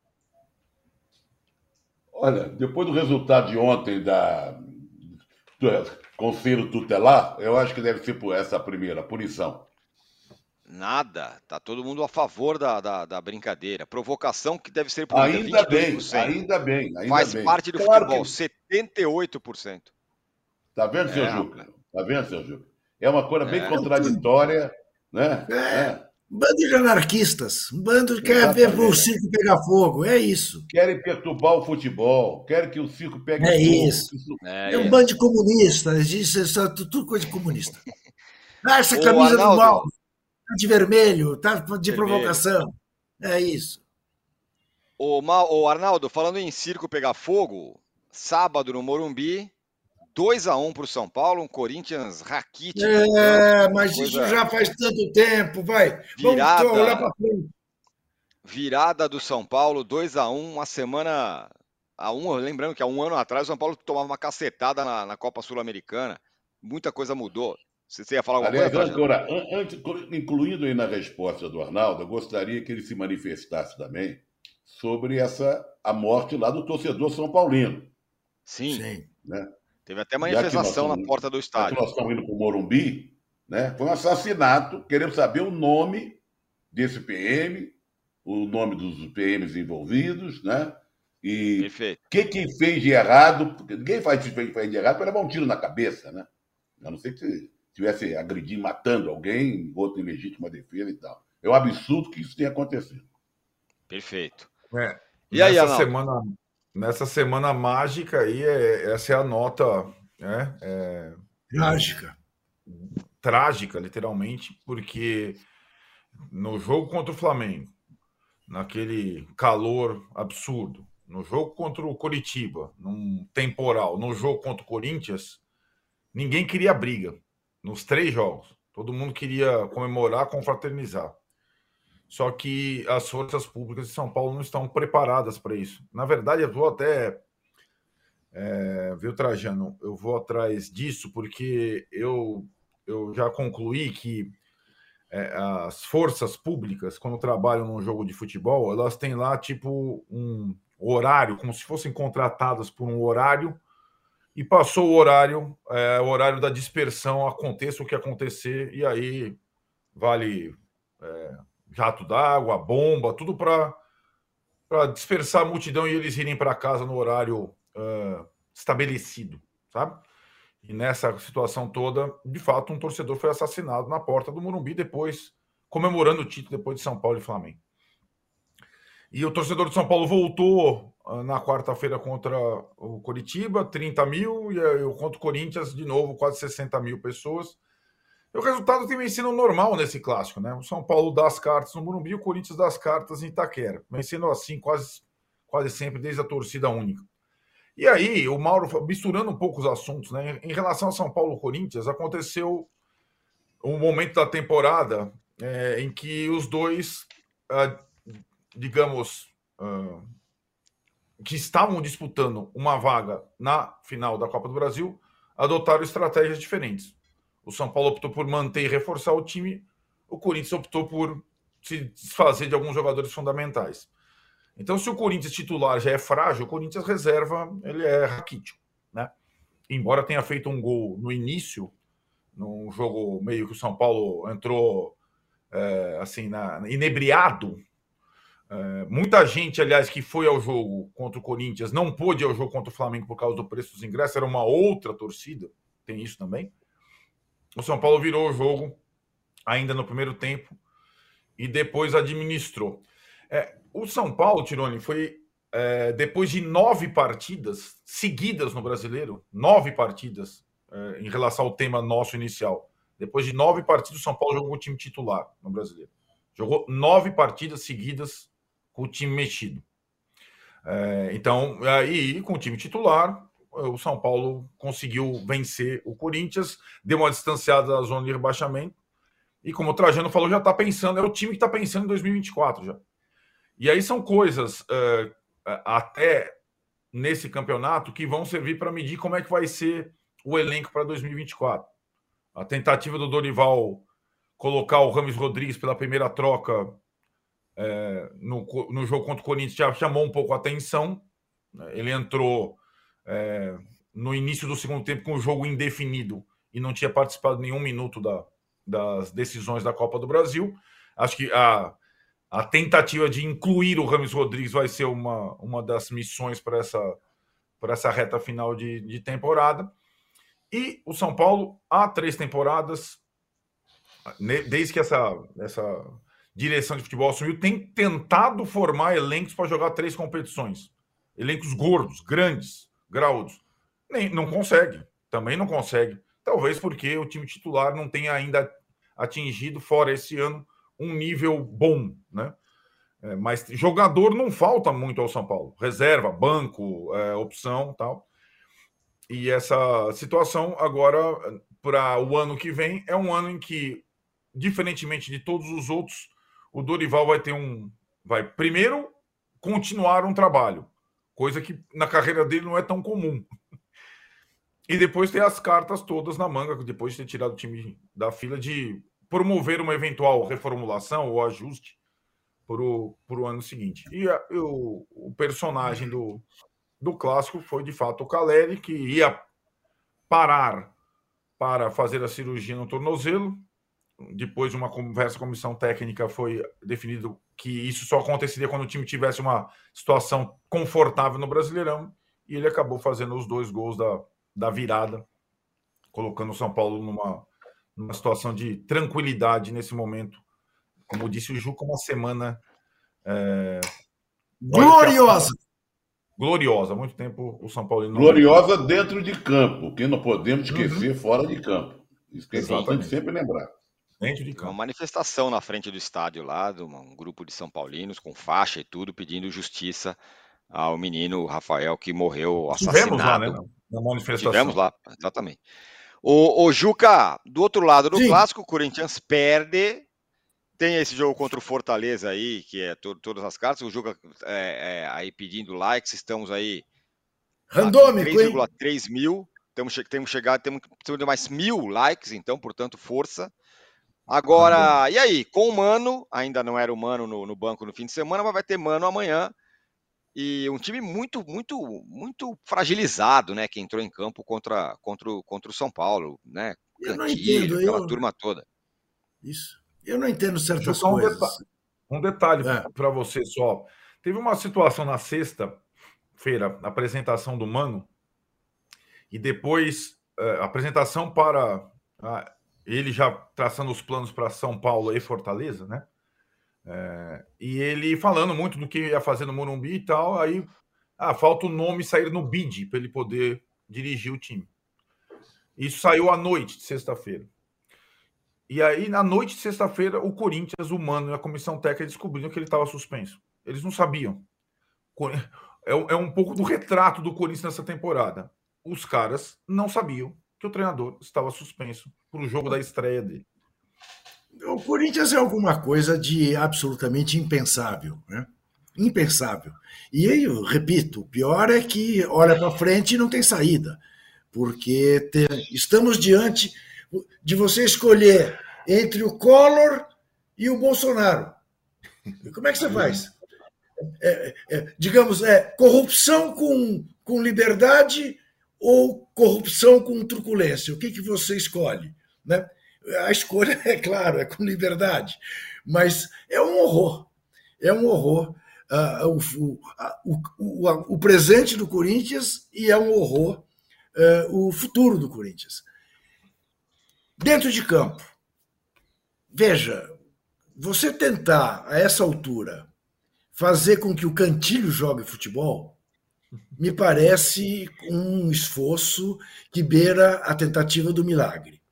Olha, depois do resultado de ontem da do Conselho Tutelar, eu acho que deve ser por essa primeira punição. Nada. Tá todo mundo a favor da, da, da brincadeira. Provocação que deve ser punida. Ainda vinte e dois por bem, cento. ainda bem, ainda Faz bem. parte do Claro futebol, que... setenta e oito por cento. Tá vendo, É, seu Juca? Tá vendo, seu Juca? É uma coisa bem É. contraditória, né? É. É. Um bando de anarquistas, um bando que quer ver o circo pegar fogo, é isso. Querem perturbar o futebol, querem que o circo pegue É fogo. isso. É, É um isso. bando de comunistas, isso é só tudo coisa de comunista. Ah, essa Ô, camisa Arnaldo. do mal, tá de vermelho, tá de Vermelho. provocação. É isso. Ô, Ma- ô, Arnaldo, falando em circo pegar fogo, sábado no Morumbi, dois a um para o São Paulo, um Corinthians raquítico. É, mas coisa- isso já faz tanto tempo, vai. Virada. Vamos olhar para frente. Virada do São Paulo, dois a um, uma semana a um, lembrando que há um ano atrás o São Paulo tomava uma cacetada na, na Copa Sul-Americana. Muita coisa mudou. Você você ia falar alguma Aliás, coisa, Trajano? Ancora, an- antes, incluindo aí na resposta do Arnaldo, eu gostaria que ele se manifestasse também sobre essa, a morte lá do torcedor São Paulino. Sim, Sim. Né? teve até Já que nós manifestação na estamos- porta do Já que estádio. nós estamos indo para o Morumbi, né? Foi um assassinato, queremos saber o nome desse P M, o nome dos P Ms envolvidos, né? E Perfeito. o que que fez de errado, porque ninguém faz, faz de errado para levar um tiro na cabeça, né? A não ser que estivesse agredindo, matando alguém, outro em legítima defesa e tal. É um absurdo que isso tenha acontecido. Perfeito. É, E aí, nessa Arnaldo? semana, nessa semana mágica aí, é- essa é a nota, né, é, Trágica. trágica, literalmente, porque no jogo contra o Flamengo, naquele calor absurdo, no jogo contra o Coritiba, num temporal, no jogo contra o Corinthians, ninguém queria briga. Nos três jogos. Todo mundo queria comemorar, confraternizar. Só que as forças públicas de São Paulo não estão preparadas para isso. Na verdade, eu vou até... É, viu, Trajano? Eu vou atrás disso porque eu, eu já concluí que é, as forças públicas, quando trabalham num jogo de futebol, elas têm lá tipo um horário, como se fossem contratadas por um horário, e passou o horário, é, o horário da dispersão, aconteça o que acontecer, e aí vale é, jato d'água, bomba, tudo para dispersar a multidão e eles irem para casa no horário é, estabelecido, sabe? E nessa situação toda, de fato, um torcedor foi assassinado na porta do Morumbi, depois, comemorando o título depois de São Paulo e Flamengo. E o torcedor de São Paulo voltou na quarta-feira contra o Coritiba, trinta mil, e eu contra o Corinthians, de novo, quase sessenta mil pessoas. E o resultado tem vencido normal nesse clássico, né? O São Paulo dá as cartas no Morumbi e o Corinthians dá as cartas em Itaquera, vencendo assim quase, quase sempre desde a torcida única. E aí, o Mauro, misturando um pouco os assuntos, né? Em relação a São Paulo e Corinthians, aconteceu um momento da temporada é, em que os dois, ah, digamos, ah, que estavam disputando uma vaga na final da Copa do Brasil, adotaram estratégias diferentes. O São Paulo optou por manter e reforçar o time, o Corinthians optou por se desfazer de alguns jogadores fundamentais. Então, se o Corinthians titular já é frágil, o Corinthians reserva, ele é raquítico, né? Embora tenha feito um gol no início num jogo meio que o São Paulo entrou é, assim, na, inebriado. É, muita gente, aliás, que foi ao jogo contra o Corinthians não pôde ir ao jogo contra o Flamengo por causa do preço dos ingressos, era uma outra torcida, tem isso também. O São Paulo virou o jogo ainda no primeiro tempo e depois administrou. É, o São Paulo, Tironi, foi é, depois de nove partidas seguidas no Brasileiro, nove partidas é, em relação ao tema nosso inicial. Depois de nove partidas, o São Paulo jogou com o time titular no Brasileiro. Jogou nove partidas seguidas com o time mexido. É, então, aí, com o time titular, o São Paulo conseguiu vencer o Corinthians, deu uma distanciada da zona de rebaixamento, e como o Trajano falou, já está pensando, é o time que está pensando em dois mil e vinte e quatro já. E aí são coisas, é, até nesse campeonato, que vão servir para medir como é que vai ser o elenco para dois mil e vinte e quatro. A tentativa do Dorival colocar o Rames Rodrigues pela primeira troca é, no, no jogo contra o Corinthians já chamou um pouco a atenção. Ele entrou é, no início do segundo tempo com o jogo indefinido e não tinha participado nenhum minuto da, das decisões da Copa do Brasil. Acho que a, a tentativa de incluir o Rames Rodrigues vai ser uma, uma das missões para essa, para essa reta final de, de temporada. E o São Paulo, há três temporadas, desde que essa, essa direção de futebol assumiu, tem tentado formar elencos para jogar três competições. Elencos gordos, grandes, graúdos. Nem, não consegue, também não consegue. Talvez porque o time titular não tenha ainda atingido, fora esse ano, um nível bom, né? É, mas jogador não falta muito ao São Paulo. Reserva, banco, é, opção, tal. E essa situação agora, para o ano que vem, é um ano em que, diferentemente de todos os outros, o Dorival vai ter um... Vai, primeiro, continuar um trabalho, coisa que na carreira dele não é tão comum. E depois ter as cartas todas na manga, depois de ter tirado o time da fila, de promover uma eventual reformulação ou ajuste para o ano seguinte. E a, o, o personagem do... do clássico foi, de fato, o Caleri, que ia parar para fazer a cirurgia no tornozelo. Depois de uma conversa com a comissão técnica, foi definido que isso só aconteceria quando o time tivesse uma situação confortável no Brasileirão, e ele acabou fazendo os dois gols da, da virada, colocando o São Paulo numa, numa situação de tranquilidade nesse momento. Como disse o Juca, uma semana... É... gloriosa! Gloriosa, há muito tempo o São Paulo... Não... Gloriosa dentro de campo, que não podemos esquecer uhum. fora de campo. Isso que é importante sempre lembrar. Dentro de campo. Uma manifestação na frente do estádio lá, de um grupo de São Paulinos com faixa e tudo, pedindo justiça ao menino Rafael, que morreu assassinado. Tivemos lá, né? Na manifestação. Tivemos lá, exatamente. O, o Juca, do outro lado do Sim. clássico, o Corinthians perde... Tem esse jogo contra o Fortaleza aí, que é to- todas as cartas. O Juca é, é, aí pedindo likes. Estamos aí. Randômico, três vírgula três mil. Temos, temos chegado, temos, temos mais mil likes, então, portanto, força. Agora, e aí? Com o Mano, ainda não era o Mano no, no banco no fim de semana, mas vai ter Mano amanhã. E um time muito, muito, muito fragilizado, né? Que entrou em campo contra, contra, o, contra o São Paulo, né? Eu não entendo, aquela eu... turma toda. Isso. Eu não entendo certas um coisas. Detalhe, um detalhe é. para você só. Teve uma situação na sexta-feira, a apresentação do Mano, e depois é, a apresentação para a, ele já traçando os planos para São Paulo e Fortaleza, né? É, e ele falando muito do que ia fazer no Morumbi e tal, aí ah, falta o nome sair no bid para ele poder dirigir o time. Isso saiu à noite de sexta-feira. E aí, na noite de sexta-feira, o Corinthians, o Mano e a comissão técnica descobriram que ele estava suspenso. Eles não sabiam. É um pouco do retrato do Corinthians nessa temporada. Os caras não sabiam que o treinador estava suspenso para o jogo da estreia dele. O Corinthians é alguma coisa de absolutamente impensável, né? Impensável. E aí, eu repito, o pior é que olha para frente e não tem saída. Porque te... estamos diante... de você escolher entre o Collor e o Bolsonaro. Como é que você faz? É, é, digamos, é corrupção com, com liberdade ou corrupção com truculência? O que, que você escolhe? né? A escolha, é claro, é com liberdade, mas é um horror, é um horror uh, o, o, o, o presente do Corinthians e é um horror uh, o futuro do Corinthians. Dentro de campo, veja, você tentar, a essa altura, fazer com que o Cantilho jogue futebol, me parece um esforço que beira a tentativa do milagre.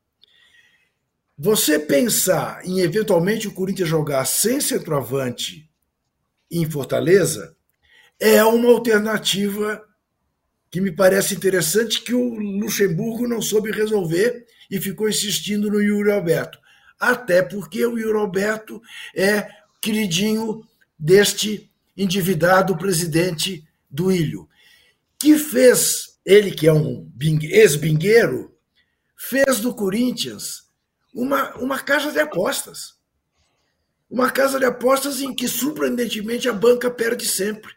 Você pensar em, eventualmente, o Corinthians jogar sem centroavante em Fortaleza é uma alternativa que me parece interessante, que o Luxemburgo não soube resolver e ficou insistindo no Yuri Alberto. Até porque o Yuri Alberto é queridinho deste endividado presidente do Ilho, que fez, ele que é um ex-bingueiro, fez do Corinthians uma, uma casa de apostas. Uma casa de apostas em que, surpreendentemente, a banca perde sempre.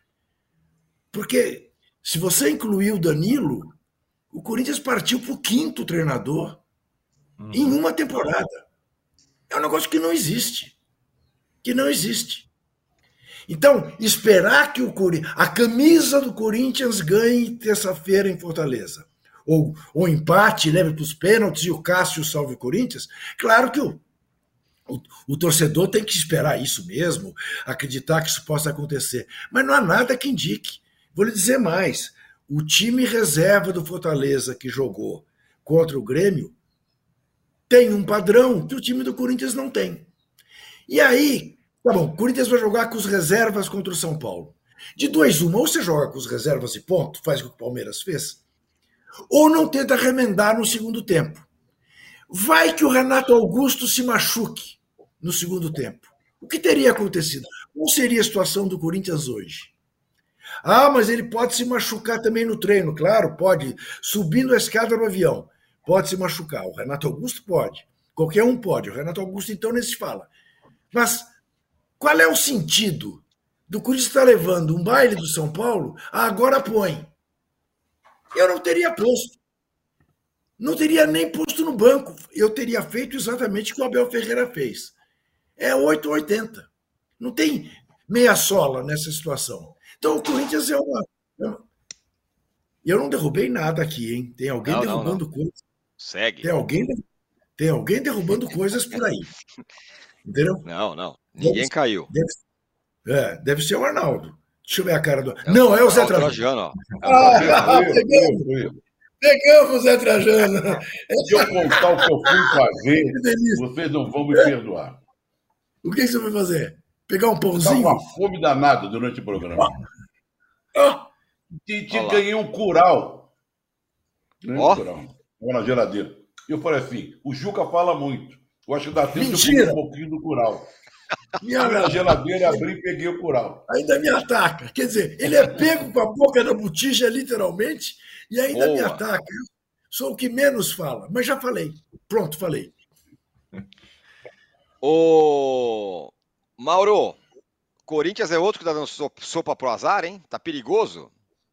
Porque, se você incluir o Danilo, o Corinthians partiu para o quinto treinador uhum. em uma temporada. É um negócio que não existe. Que não existe. Então, esperar que o Corinthians, a camisa do Corinthians ganhe terça-feira em Fortaleza, ou o empate, leve para os pênaltis e o Cássio salve o Corinthians, claro que o, o, o torcedor tem que esperar isso mesmo, acreditar que isso possa acontecer. Mas não há nada que indique. Vou lhe dizer mais, o time reserva do Fortaleza que jogou contra o Grêmio tem um padrão que o time do Corinthians não tem. E aí, tá bom, o Corinthians vai jogar com os reservas contra o São Paulo. De dois, uma, ou você joga com os reservas e ponto, faz o que o Palmeiras fez, ou não tenta remendar no segundo tempo. Vai que o Renato Augusto se machuque no segundo tempo. O que teria acontecido? Qual seria a situação do Corinthians hoje? Ah, mas ele pode se machucar também no treino. Claro, pode. Subindo a escada no avião, pode se machucar. O Renato Augusto pode. Qualquer um pode. O Renato Augusto, então, nem se fala. Mas qual é o sentido do Corinthians estar levando um baile do São Paulo? Ah, agora põe. Eu não teria posto. Não teria nem posto no banco. Eu teria feito exatamente o que o Abel Ferreira fez. É oito ou oitenta. Não tem meia sola nessa situação. Então o Corinthians é uma... Eu não derrubei nada aqui, hein? Tem alguém não, derrubando não, não. coisas. Segue. Tem alguém, tem alguém derrubando coisas por aí. Entendeu? Não, não. Ninguém deve, caiu. Deve, é, deve ser o Arnaldo. Deixa eu ver a cara do... É, não, é o Zé Trajano. Trajano ó. Ah, pegamos. Pegamos o Zé Trajano. Se eu contar o que eu fui fazer, vocês não vão me perdoar. O que você foi fazer? Pegar um pãozinho? Estava com uma fome danada durante o programa. Ah. E te ganhei um curau. Ganhei um curau. Estava na geladeira. Eu falei assim, o Juca fala muito. Eu acho que dá tempo de eu comer um pouquinho do curau. Fui na geladeira, abri e peguei o curau. Ainda me ataca. Quer dizer, ele é pego com a boca da botija, literalmente, e ainda Boa. me ataca. Eu sou o que menos fala, mas já falei. Pronto, falei. Ô, Mauro, Corinthians é outro que tá dando sopa pro azar, hein? Tá perigoso.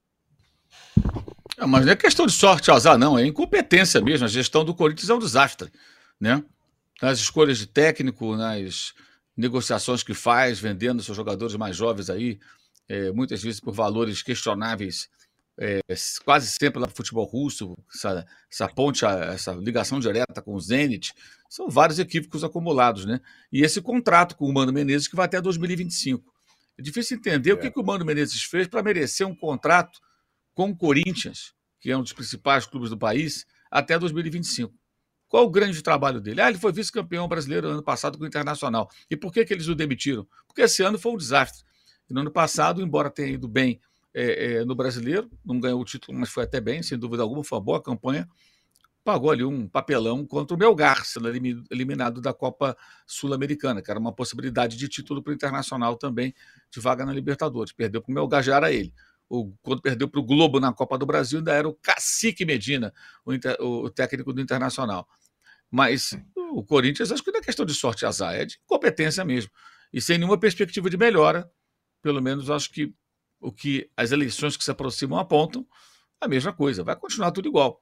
Não, mas não é questão de sorte ou azar, não. É incompetência mesmo. A gestão do Corinthians é um desastre, né? Nas escolhas de técnico, nas negociações que faz, vendendo seus jogadores mais jovens aí, é, muitas vezes por valores questionáveis, é, quase sempre lá no futebol russo, essa, essa ponte, essa ligação direta com o Zenit, são vários equívocos acumulados, né? E esse contrato com o Mano Menezes que vai até dois mil e vinte e cinco. É difícil entender é. o que, que o Mano Menezes fez para merecer um contrato com o Corinthians, que é um dos principais clubes do país, até dois mil e vinte e cinco. Qual o grande trabalho dele? Ah, ele foi vice-campeão brasileiro no ano passado com o Internacional. E por que, que eles o demitiram? Porque esse ano foi um desastre. E no ano passado, embora tenha ido bem é, é, no brasileiro, não ganhou o título, mas foi até bem, sem dúvida alguma, foi uma boa campanha, pagou ali um papelão contra o Melgar, sendo eliminado da Copa Sul-Americana, que era uma possibilidade de título para o Internacional também, de vaga na Libertadores. Perdeu para o Melgar, já era ele. O, quando perdeu para o Globo na Copa do Brasil, ainda era o Cacique Medina, o, inter, o técnico do Internacional. Mas o Corinthians, acho que não é questão de sorte e azar, é de incompetência mesmo. E sem nenhuma perspectiva de melhora, pelo menos acho que o que as eleições que se aproximam apontam, a mesma coisa. Vai continuar tudo igual.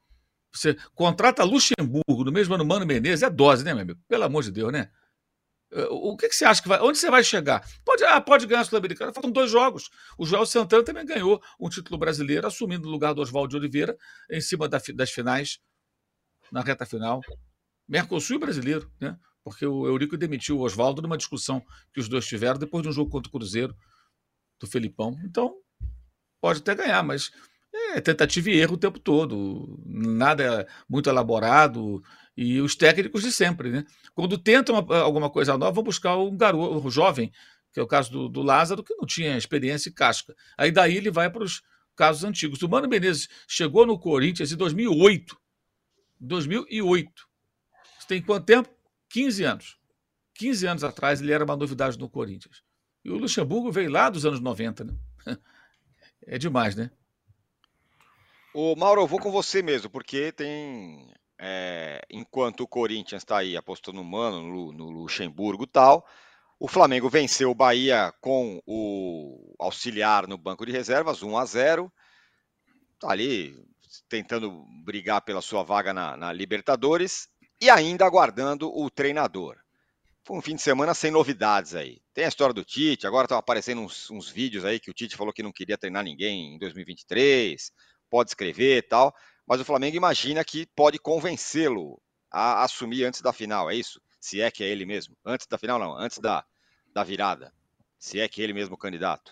Você contrata Luxemburgo no mesmo ano Mano Menezes, é dose, né, meu amigo? Pelo amor de Deus, né? O que, que você acha que vai... Onde você vai chegar? Pode, ah, pode ganhar a Sul-Americana, faltam dois jogos. O Joel Santana também ganhou um título brasileiro, assumindo o lugar do Oswaldo de Oliveira, em cima da, das finais, na reta final. Mercosul e brasileiro, né? Porque o Eurico demitiu o Oswaldo numa discussão que os dois tiveram depois de um jogo contra o Cruzeiro, do Felipão. Então, pode até ganhar, mas é tentativa e erro o tempo todo. Nada muito elaborado. E os técnicos de sempre, né? Quando tentam alguma coisa nova, vão buscar um garoto, um jovem, que é o caso do, do Lázaro, que não tinha experiência e casca. Aí daí ele vai para os casos antigos. O Mano Menezes chegou no Corinthians em dois mil e oito. dois mil e oito. Você tem quanto tempo? quinze anos. quinze anos atrás ele era uma novidade no Corinthians. E o Luxemburgo veio lá dos anos noventa, né? É demais, né? Ô, Mauro, eu vou com você mesmo, porque tem... É, enquanto o Corinthians está aí apostando no Mano, no, no Luxemburgo e tal, o Flamengo venceu o Bahia com o auxiliar no banco de reservas, um a zero. Tá ali tentando brigar pela sua vaga na, na Libertadores e ainda aguardando o treinador. Foi um fim de semana sem novidades aí. Tem a história do Tite, agora estão aparecendo uns, uns vídeos aí que o Tite falou que não queria treinar ninguém em dois mil e vinte e três, pode escrever e tal, mas o Flamengo imagina que pode convencê-lo a assumir antes da final, é isso? Se é que é ele mesmo. Antes da final, não, antes da, da virada. Se é que é ele mesmo o candidato.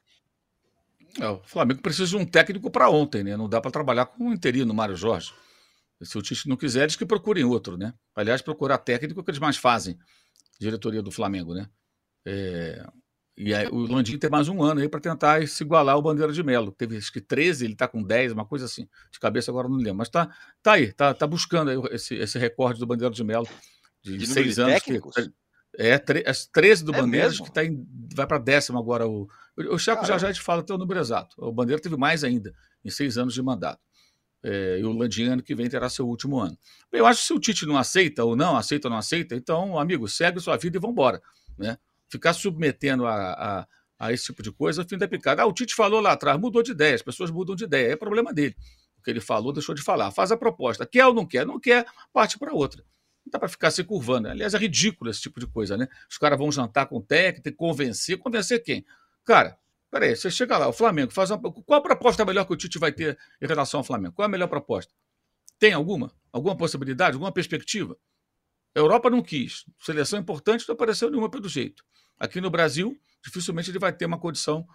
É, o Flamengo precisa de um técnico para ontem, né? Não dá para trabalhar com um interino, Mário Jorge. Se o Tite não quiser, eles que procurem outro, né? Aliás, procurar técnico é o que eles mais fazem, diretoria do Flamengo, né? É... E aí, o Landim tem mais um ano aí para tentar se igualar ao Bandeira de Melo. Teve acho que treze, ele está com dez, uma coisa assim. De cabeça agora não lembro. Mas tá, tá aí, tá, tá buscando aí esse, esse recorde do Bandeira de Melo de, de seis anos. Que, é, as treze do é Bandeiras, mesmo? Que tá em, vai para décimo agora. O, o Chaco já já te fala até o número exato. O Bandeira teve mais ainda, em seis anos de mandato. É, e o Landim, ano que vem, terá seu último ano. Eu acho que se o Tite não aceita ou não, aceita ou não aceita, então, amigo, segue sua vida e vamos embora, né? Ficar submetendo a, a, a esse tipo de coisa, o fim da picada. Ah, o Tite falou lá atrás, mudou de ideia, as pessoas mudam de ideia, é problema dele. O que ele falou, deixou de falar. Faz a proposta. Quer ou não quer? Não quer, parte para outra. Não dá para ficar se curvando. Aliás, é ridículo esse tipo de coisa, né? Os caras vão jantar com o técnico, tem que convencer. Convencer quem? Cara, peraí, você chega lá, o Flamengo faz uma... Qual a proposta melhor que o Tite vai ter em relação ao Flamengo? Qual é a melhor proposta? Tem alguma? Alguma possibilidade? Alguma perspectiva? A Europa não quis. Seleção importante, não apareceu nenhuma pelo jeito. Aqui no Brasil, dificilmente ele vai ter uma condição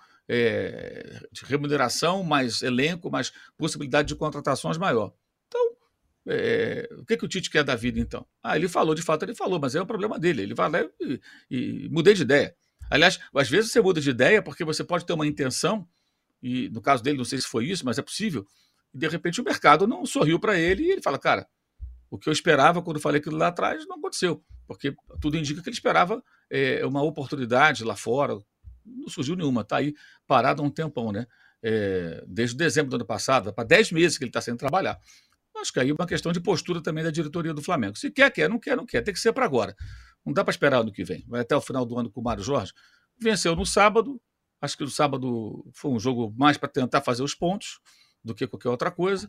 é, de remuneração, mais elenco, mais possibilidade de contratações maior. Então, é, o que, que o Tite quer da vida, então? Ah, ele falou, de fato ele falou, mas é o problema dele. Ele vai lá e, e mudei de ideia. Aliás, às vezes você muda de ideia porque você pode ter uma intenção, e no caso dele não sei se foi isso, mas é possível, e de repente o mercado não sorriu para ele e ele fala, cara, o que eu esperava quando eu falei aquilo lá atrás não aconteceu, porque tudo indica que ele esperava é, uma oportunidade lá fora, não surgiu nenhuma, está aí parado há um tempão, né? É, desde dezembro do ano passado, para dez meses que ele está sem trabalhar. Acho que aí é uma questão de postura também da diretoria do Flamengo. Se quer, quer, não quer, não quer, tem que ser para agora. Não dá para esperar ano que vem. Vai até o final do ano com o Mário Jorge. Venceu no sábado, acho que no sábado foi um jogo mais para tentar fazer os pontos do que qualquer outra coisa.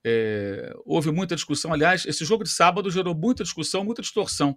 É, houve muita discussão, aliás, esse jogo de sábado gerou muita discussão, muita distorção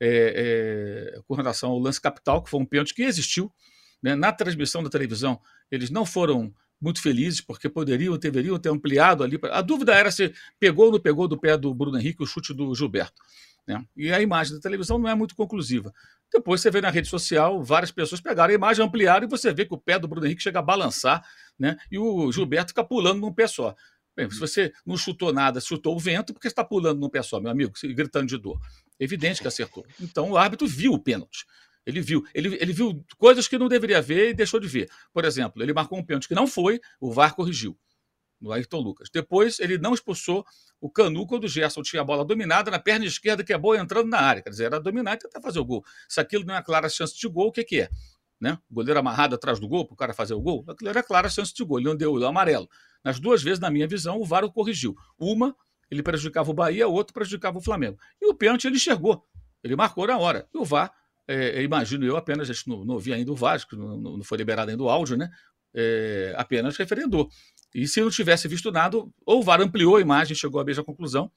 é, é, com relação ao lance capital, que foi um pênalti que existiu, né? Na transmissão da televisão, eles não foram muito felizes, porque poderiam, deveriam ter ampliado ali. A dúvida era se pegou ou não pegou do pé do Bruno Henrique o chute do Gilberto, né? E a imagem da televisão não é muito conclusiva. Depois você vê na rede social, várias pessoas pegaram a imagem, ampliaram, e você vê que o pé do Bruno Henrique chega a balançar, né? E o Gilberto fica pulando num pé só. Bem, se você não chutou nada, chutou o vento, porque você está pulando num pé só, meu amigo, gritando de dor. Evidente que acertou. Então o árbitro viu o pênalti. Ele viu. Ele, ele viu coisas que não deveria ver e deixou de ver. Por exemplo, ele marcou um pênalti que não foi, o V A R corrigiu, no Ayrton Lucas. Depois, ele não expulsou o Canu quando o Gerson tinha a bola dominada na perna esquerda, que é boa entrando na área. Quer dizer, era dominar e tentar fazer o gol. Se aquilo não é clara chance de gol, o que, que é? Né? O goleiro amarrado atrás do gol para o cara fazer o gol, aquilo era clara chance de gol. Ele não deu o amarelo. Nas duas vezes, na minha visão, o V A R o corrigiu. Uma, ele prejudicava o Bahia, outra prejudicava o Flamengo. E o pênalti ele enxergou. Ele marcou na hora. E o V A R, é, imagino eu, apenas, a gente não, não ouvi ainda o V A R, não, não foi liberado ainda o áudio, né? É, apenas referendou. E se não tivesse visto nada, ou o V A R ampliou a imagem, chegou à mesma conclusão,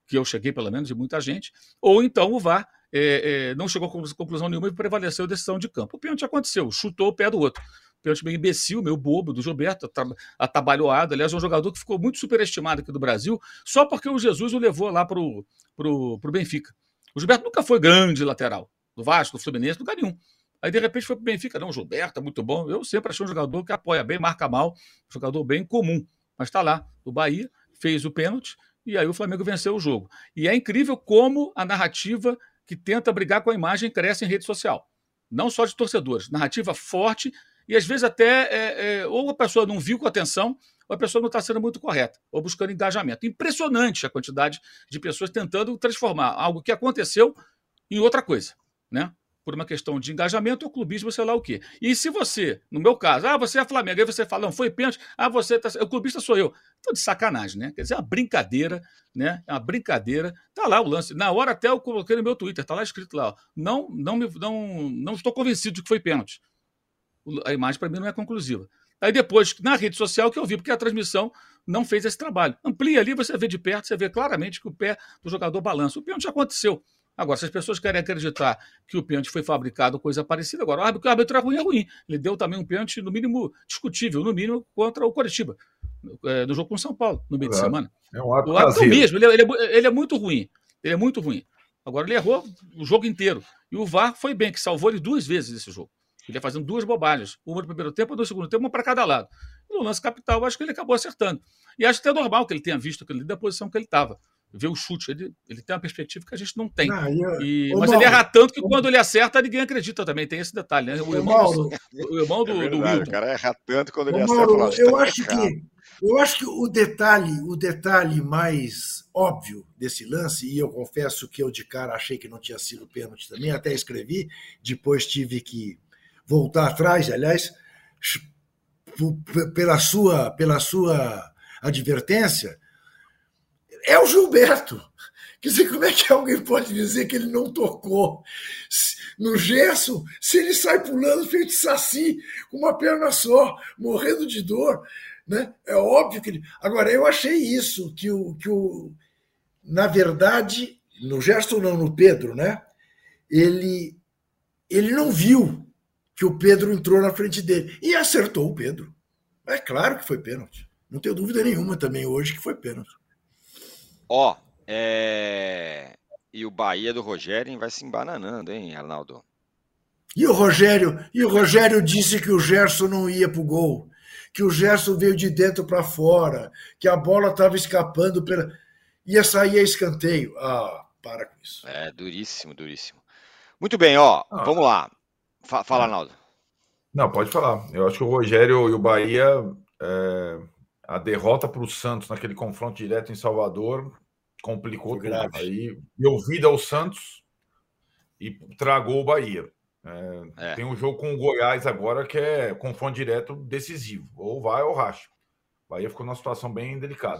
que eu cheguei pelo menos, de muita gente, ou então o V A R é, é, não chegou a conclusão nenhuma e prevaleceu a decisão de campo. O pênalti aconteceu, chutou o pé do outro. Pênalti meio imbecil, meio bobo, do Gilberto, atabalhoado. Aliás, é um jogador que ficou muito superestimado aqui do Brasil, só porque o Jesus o levou lá para o pro, pro Benfica. O Gilberto nunca foi grande lateral, do Vasco, do Fluminense, nunca nenhum. Aí, de repente, foi para o Benfica. Não, o Gilberto é muito bom. Eu sempre achei um jogador que apoia bem, marca mal, um jogador bem comum. Mas está lá, o Bahia fez o pênalti e aí o Flamengo venceu o jogo. E é incrível como a narrativa que tenta brigar com a imagem cresce em rede social. Não só de torcedores. Narrativa forte. E às vezes até é, é, ou a pessoa não viu com atenção, ou a pessoa não está sendo muito correta, ou buscando engajamento. Impressionante a quantidade de pessoas tentando transformar algo que aconteceu em outra coisa, né? Por uma questão de engajamento ou clubismo, sei lá o quê. E se você, no meu caso, ah, você é Flamengo, aí você fala, não, foi pênalti, ah, você tá, o clubista sou eu. Estou de sacanagem, né? Quer dizer, é uma brincadeira, né? É uma brincadeira. Tá lá o lance. Na hora até eu coloquei no meu Twitter, tá lá escrito lá, ó, não, não, me, não, não estou convencido de que foi pênalti. A imagem, para mim, não é conclusiva. Aí depois, na rede social, que eu vi, porque a transmissão não fez esse trabalho. Amplia ali, você vê de perto, você vê claramente que o pé do jogador balança. O pênalti aconteceu. Agora, se as pessoas querem acreditar que o pênalti foi fabricado, coisa parecida, agora, o árbitro, o árbitro é ruim, é ruim. Ele deu também um pênalti, no mínimo, discutível, no mínimo, contra o Coritiba, é, no jogo com o São Paulo, no meio é. de semana. É um árbitro o árbitro é o mesmo, ele é, ele, é, ele é muito ruim. Ele é muito ruim. Agora, ele errou o jogo inteiro. E o V A R foi bem, que salvou ele duas vezes nesse jogo. Ele ia fazendo duas bobagens, uma no primeiro tempo e no segundo tempo, uma para cada lado. No lance capital, eu acho que ele acabou acertando. E acho que é normal que ele tenha visto aquilo ali da posição que ele estava. Ver o chute, ele, ele tem uma perspectiva que a gente não tem. Não, eu, e, mas Mauro, ele erra tanto que eu, quando ele acerta, ninguém acredita também. Tem esse detalhe, né? O irmão, Mauro, o irmão do, é do Wilton. O cara erra tanto quando ele Mauro, acerta. Eu acho, que, eu acho que o detalhe, o detalhe mais óbvio desse lance, e eu confesso que eu de cara achei que não tinha sido pênalti também, até escrevi, depois tive que voltar atrás, aliás, pela sua, pela sua advertência, é o Gilberto. Quer dizer, como é que alguém pode dizer que ele não tocou no Gerson se ele sai pulando feito saci, com uma perna só, morrendo de dor? Né? É óbvio que ele... Agora, eu achei isso, que o, que o... na verdade, no Gerson não, no Pedro, né? ele, ele não viu que o Pedro entrou na frente dele e acertou o Pedro. É claro que foi pênalti. Não tenho dúvida nenhuma também hoje que foi pênalti. Ó, oh, é... e o Bahia do Rogério vai se embananando, hein, Arnaldo? E o Rogério, e o Rogério disse que o Gerson não ia pro gol, que o Gerson veio de dentro para fora, que a bola estava escapando, pela... ia sair a escanteio. Ah, para com isso. É, duríssimo, duríssimo. Muito bem, ó, ah. vamos lá. Fala, Arnaldo. Não, pode falar. Eu acho que o Rogério e o Bahia, é, a derrota para o Santos naquele confronto direto em Salvador complicou tudo. Aí deu vida ao Santos e tragou o Bahia. É, é. Tem um jogo com o Goiás agora que é confronto direto decisivo. Ou vai ou racha. O Bahia ficou numa situação bem delicada.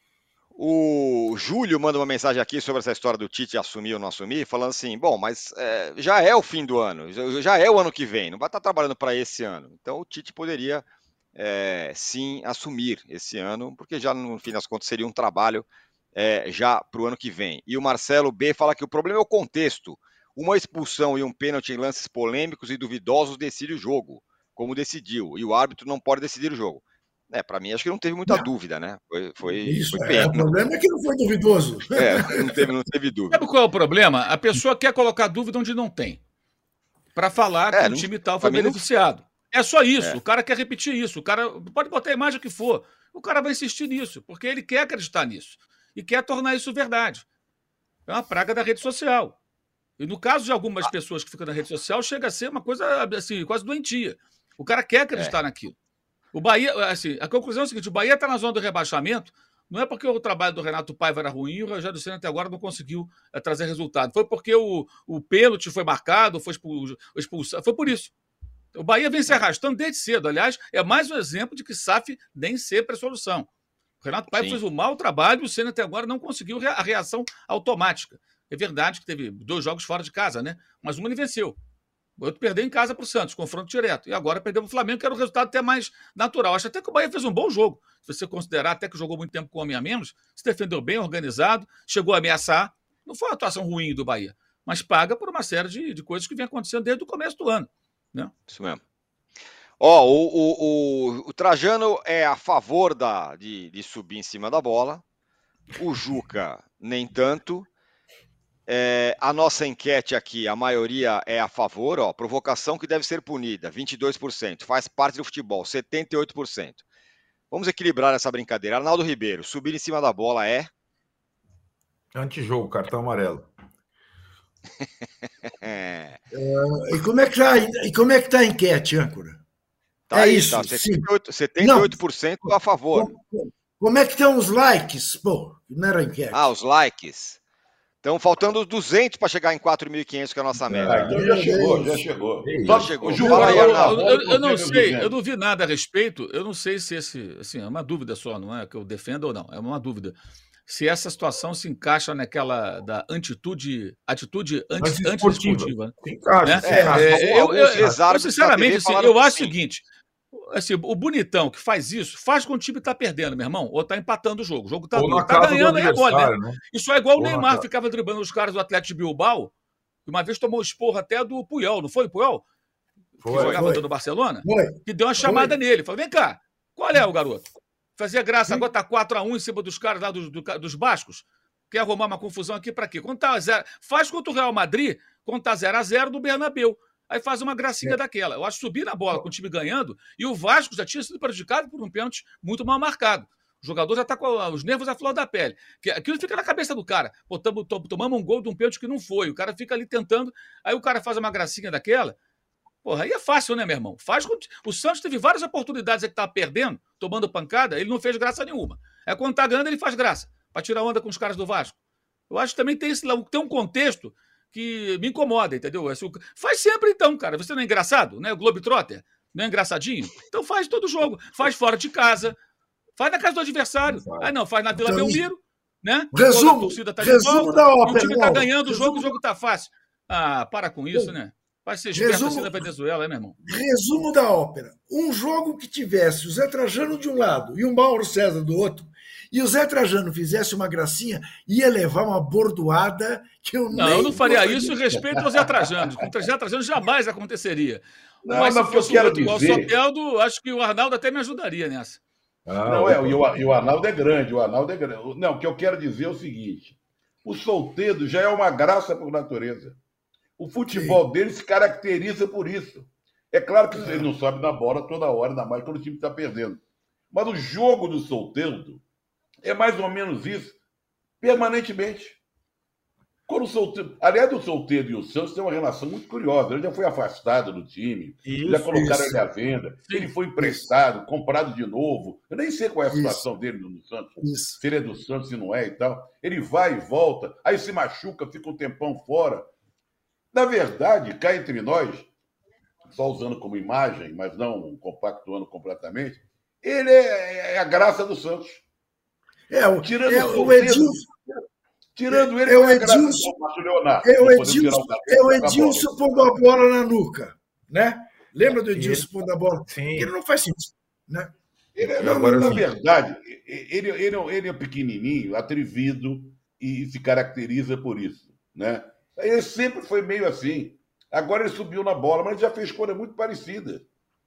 O Júlio manda uma mensagem aqui sobre essa história do Tite assumir ou não assumir, falando assim, bom, mas é, já é o fim do ano, já é o ano que vem, não vai estar trabalhando para esse ano. Então o Tite poderia é, sim assumir esse ano, porque já no fim das contas seria um trabalho é, já para o ano que vem. E o Marcelo B fala que o problema é o contexto. Uma expulsão e um pênalti em lances polêmicos e duvidosos decide o jogo, como decidiu, e o árbitro não pode decidir o jogo. É, para mim, acho que não teve muita não. dúvida, né? Foi, foi, Isso, foi é, o problema é que não foi duvidoso. É, não teve, não teve dúvida. Sabe qual é o problema? A pessoa quer colocar dúvida onde não tem. Para falar é, que não, o time tal foi beneficiado. Não... É só isso. É. O cara quer repetir isso. O cara pode botar a imagem que for. O cara vai insistir nisso, porque ele quer acreditar nisso. E quer tornar isso verdade. É uma praga da rede social. E no caso de algumas ah. pessoas que ficam na rede social, chega a ser uma coisa assim, quase doentia. O cara quer acreditar é. naquilo. O Bahia, assim, a conclusão é a seguinte: o Bahia está na zona do rebaixamento, não é porque o trabalho do Renato Paiva era ruim e o Rogério Ceni até agora não conseguiu é, trazer resultado. Foi porque o, o pênalti foi marcado, foi expulsado, foi por isso. O Bahia vem se arrastando desde cedo. Aliás, é mais um exemplo de que S A F nem sempre é solução. O Renato Paiva Sim. fez um mau trabalho e o Ceni até agora não conseguiu a reação automática. É verdade que teve dois jogos fora de casa, né? Mas um ele venceu. O outro perdeu em casa para o Santos, confronto direto. E agora perdeu para o Flamengo, que era o resultado até mais natural. Acho até que o Bahia fez um bom jogo. Se você considerar até que jogou muito tempo com homem a menos, se defendeu bem, organizado, chegou a ameaçar. Não foi uma atuação ruim do Bahia, mas paga por uma série de, de coisas que vem acontecendo desde o começo do ano. Né? Isso mesmo. Ó, o, o, o, o Trajano é a favor da, de, de subir em cima da bola. O Juca, nem tanto. É, a nossa enquete aqui, a maioria é a favor, ó, provocação que deve ser punida, vinte e dois por cento, faz parte do futebol, setenta e oito por cento. Vamos equilibrar essa brincadeira. Arnaldo Ribeiro, subir em cima da bola é? Antijogo, cartão amarelo. é. Uh, e como é que tá, e como é que tá a enquete, âncora? Tá é aí, isso, tá, setenta e oito, setenta e oito por cento não, a favor. Como, como é que estão os likes? Pô, não era enquete. Ah, os likes. Estão faltando duzentos para chegar em quatro mil e quinhentos, que é a nossa média. Ah, então já chegou, já chegou. Já chegou. Eu, Fala aí, eu, Arnaldo. eu, eu não sei, eu não vi nada a respeito. Eu não sei se esse. Assim, é uma dúvida só, não é que eu defenda ou não. É uma dúvida. Se essa situação se encaixa naquela da atitude, atitude anti, antiesportiva. Né? Se encaixa. Né? É, é, eu, eu, eu, eu, sinceramente, assim, eu acho o seguinte. Assim, o bonitão que faz isso, faz quando o time tá perdendo, meu irmão, ou tá empatando o jogo. O jogo tá, tá ganhando e é gol, né? né? Isso é igual ou o Neymar ficava driblando os caras do Atlético de Bilbao, uma vez tomou esporro até do Puyol, não foi o Puyol? Foi, que jogava foi. no Barcelona? Foi. Que deu uma chamada foi. nele. Falou, vem cá, qual é o garoto? Fazia graça, agora tá quatro a um em cima dos caras lá do, do, dos bascos. Quer arrumar uma confusão aqui pra quê? Quando tá zero, faz contra o Real Madrid, quando tá zero a zero do Bernabéu. Aí faz uma gracinha é. daquela. Eu acho subir na bola com o time ganhando, e o Vasco já tinha sido prejudicado por um pênalti muito mal marcado. O jogador já está com os nervos à flor da pele. Aquilo fica na cabeça do cara. Pô, tamo, tomamos um gol de um pênalti que não foi. O cara fica ali tentando, aí o cara faz uma gracinha daquela. Porra, aí é fácil, né, meu irmão? Faz com... O Santos teve várias oportunidades que estava perdendo, tomando pancada, ele não fez graça nenhuma. É quando tá ganhando, ele faz graça, para tirar onda com os caras do Vasco. Eu acho que também tem, esse, tem um contexto que me incomoda, entendeu? Faz sempre então, cara. Você não é engraçado, né? O Globetrotter não é engraçadinho? Então faz todo jogo. Faz fora de casa, faz na casa do adversário. Aí não, faz na Vila Belmiro, né? Resumo, a torcida tá de resumo volta, da ópera. o time tá ganhando o resumo, jogo, o jogo tá fácil. Ah, para com isso, né? Vai ser esperto resumo, assim da Venezuela, né, meu irmão? Resumo da ópera. Um jogo que tivesse o Zé Trajano de um lado e o Mauro César do outro, e o Zé Trajano fizesse uma gracinha, ia levar uma bordoada que eu não... Não, eu não faria isso em respeito ao Zé Trajano. Com o Zé Trajano jamais aconteceria. Não, mas mas se fosse eu quero outro, dizer... igual o Soteldo, acho que o Arnaldo até me ajudaria nessa. Ah, não, é, e o, e o Arnaldo é grande, o Arnaldo é grande. Não, o que eu quero dizer é o seguinte, o Soteldo já é uma graça por natureza. O futebol Sim. dele se caracteriza por isso. É claro que ele não sobe na bola toda hora, ainda mais quando o time está perdendo. Mas o jogo do Soteldo é mais ou menos isso, permanentemente. Quando o Soteldo... Aliás, o Soteldo e o Santos têm uma relação muito curiosa. Ele já foi afastado do time, isso, já colocaram isso. ele à venda, Sim. ele foi emprestado, isso. comprado de novo. Eu nem sei qual é a situação isso. dele no Santos. Isso. Se ele é do Santos, se não é e tal. Ele vai e volta, aí se machuca, fica um tempão fora. Na verdade, cá entre nós, só usando como imagem, mas não compactuando completamente, ele é, é a graça do Santos. É, o, tirando é, o, o Edilson. Tirando ele, é o é Edilson. Leonardo, é o Edilson, é o Edilson pondo a bola na nuca, né? Lembra do Edilson pondo a bola? Sim. Ele não faz sentido, né? Ele, não, agora, na verdade, ele, ele, ele é pequenininho, atrevido e se caracteriza por isso, né? Ele sempre foi meio assim. Agora ele subiu na bola, mas ele já fez coisa muito parecida.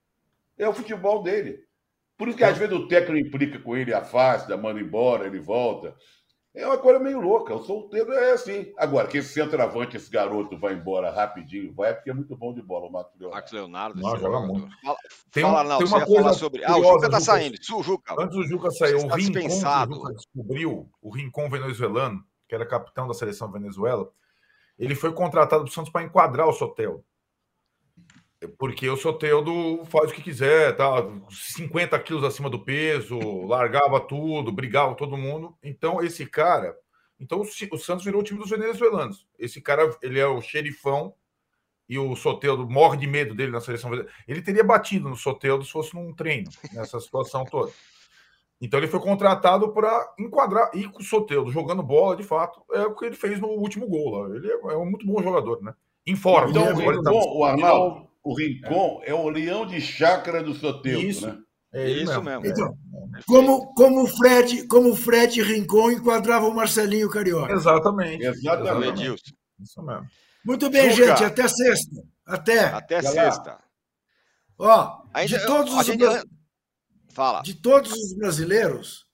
É o futebol dele. Por isso que às vezes o técnico implica com ele, afasta, manda embora, ele volta. É uma coisa meio louca. O Soteldo é assim. Agora, que esse centroavante, esse garoto vai embora rapidinho, vai, porque é muito bom de bola o Marcos Leonardo. Marcos Leonardo. Não, joga muito. Fala, tem, fala não, tem uma você coisa falar sobre... curiosa, Ah, o Juca tá Juca, saindo. O Juca. Antes do Juca sair, o está Rincon, dispensado. o Juca descobriu, o Rincon venezuelano, que era capitão da seleção Venezuela, ele foi contratado para o Santos para enquadrar o Soteldo. Porque o Soteldo faz o que quiser, tá? cinquenta quilos acima do peso, largava tudo, brigava com todo mundo. Então, esse cara... Então, o Santos virou o time dos venezuelanos. Esse cara, ele é o xerifão e o Soteldo morre de medo dele na seleção venezuelana. Ele teria batido no Soteldo se fosse num treino, nessa situação toda. Então, ele foi contratado para enquadrar. E com o Soteldo jogando bola, de fato, é o que ele fez no último gol lá. Ele é um muito bom jogador, né? Informe. Então, o Rincon, o Arnaldo, o Rincon é. é o leão de chácara do Soteldo, isso. né? É isso mesmo. mesmo. Então, é. como, como, o Fred, como o Fred Rincon enquadrava o Marcelinho Carioca. Exatamente. Exatamente. Exatamente. Isso mesmo. Muito bem, Juca. Gente. Até sexta. Até. Até sexta. Ó, Ainda, de todos os... gente... Fala. De todos os brasileiros,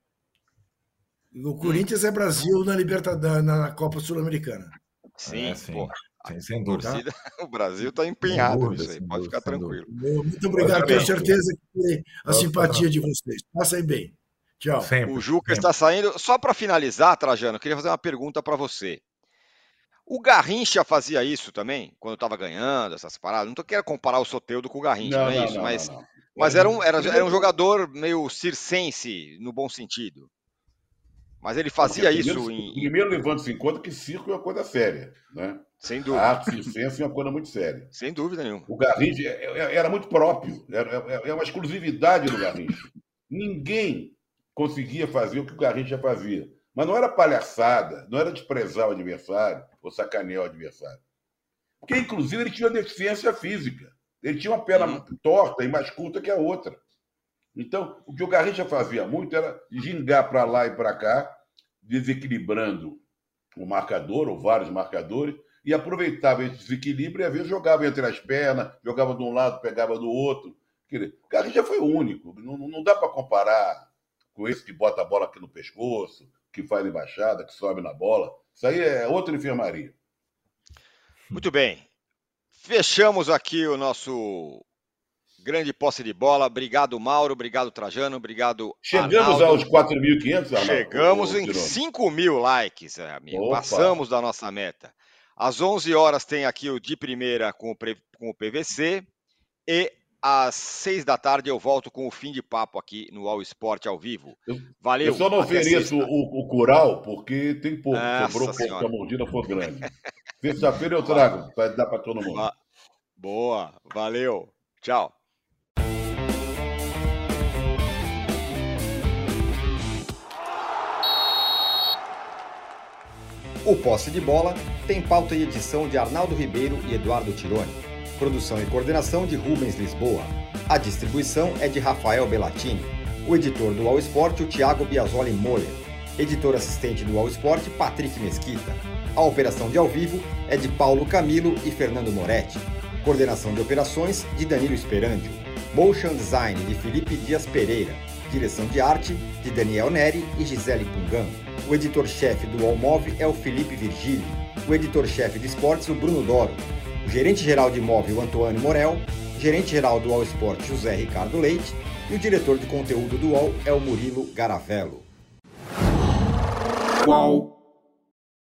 o Corinthians hum. é Brasil na Libertadores, na Copa Sul-Americana. Sim, é, sim. Pô. Sem, sem dúvida. Torcida, o Brasil está empenhado dúvida, nisso aí, pode dúvida, ficar tranquilo. Muito obrigado, tenho certeza que foi a simpatia de vocês. Passem bem. Tchau. Sempre, o Juca sempre. Está saindo. Só para finalizar, Trajano, eu queria fazer uma pergunta para você. O Garrincha fazia isso também, quando estava ganhando, essas paradas? Não tô querendo comparar o Soteldo com o Garrincha, não, não é não, isso, não, mas, não, não. mas era, um, era, era um jogador meio circense, no bom sentido. Mas ele fazia Porque, isso primeiro, em... Primeiro, levando-se em conta que circo é uma coisa séria, né? Sem dúvida. A arte circense é uma coisa muito séria. Sem dúvida nenhuma. O Garrincha era muito próprio, é uma exclusividade do Garrincha. Ninguém conseguia fazer o que o Garrincha fazia. Mas não era palhaçada, não era desprezar o adversário ou sacanear o adversário. Porque, inclusive, ele tinha uma deficiência física. Ele tinha uma perna hum. torta e mais curta que a outra. Então, o que o Garrincha fazia muito era gingar para lá e para cá, desequilibrando o marcador, ou vários marcadores, e aproveitava esse desequilíbrio e, às vezes, jogava entre as pernas, jogava de um lado, pegava do outro. O Garrincha foi o único. Não, não dá para comparar com esse que bota a bola aqui no pescoço, que faz embaixada, que sobe na bola. Isso aí é outra enfermaria. Muito bem. Fechamos aqui o nosso grande posse de bola. Obrigado, Mauro. Obrigado, Trajano. Obrigado, Chegamos Arnaldo. aos quatro mil e quinhentos, Arnaldo? Chegamos em cinco mil likes, amigo. Opa. Passamos da nossa meta. Às onze horas tem aqui o de primeira com o, com o P V C e às seis da tarde eu volto com o fim de papo aqui no All Sport ao vivo. Valeu. Eu só não ofereço o, o curau porque tem pouco. Nossa sobrou pouco, a mordida for grande. Sexta-feira eu trago, para dar para todo mundo. Boa, valeu. Tchau. O Posse de Bola tem pauta e edição de Arnaldo Ribeiro e Eduardo Tironi. Produção e coordenação de Rubens Lisboa. A distribuição é de Rafael Bellatini. O editor do All Sport, o Thiago Biasoli Moller. Editor assistente do All Sport, Patrick Mesquita. A operação de ao vivo é de Paulo Camilo e Fernando Moretti. Coordenação de operações de Danilo Esperandio. Motion Design de Felipe Dias Pereira. Direção de arte de Daniel Neri e Gisele Pungan. O editor-chefe do Allmove é o Felipe Virgílio. O editor-chefe de esportes, o Bruno Doro. O gerente-geral de imóvel, o Antônio Morel. Gerente-geral do All Sport, José Ricardo Leite. E o diretor de conteúdo do All é o Murilo Garavello. Qual?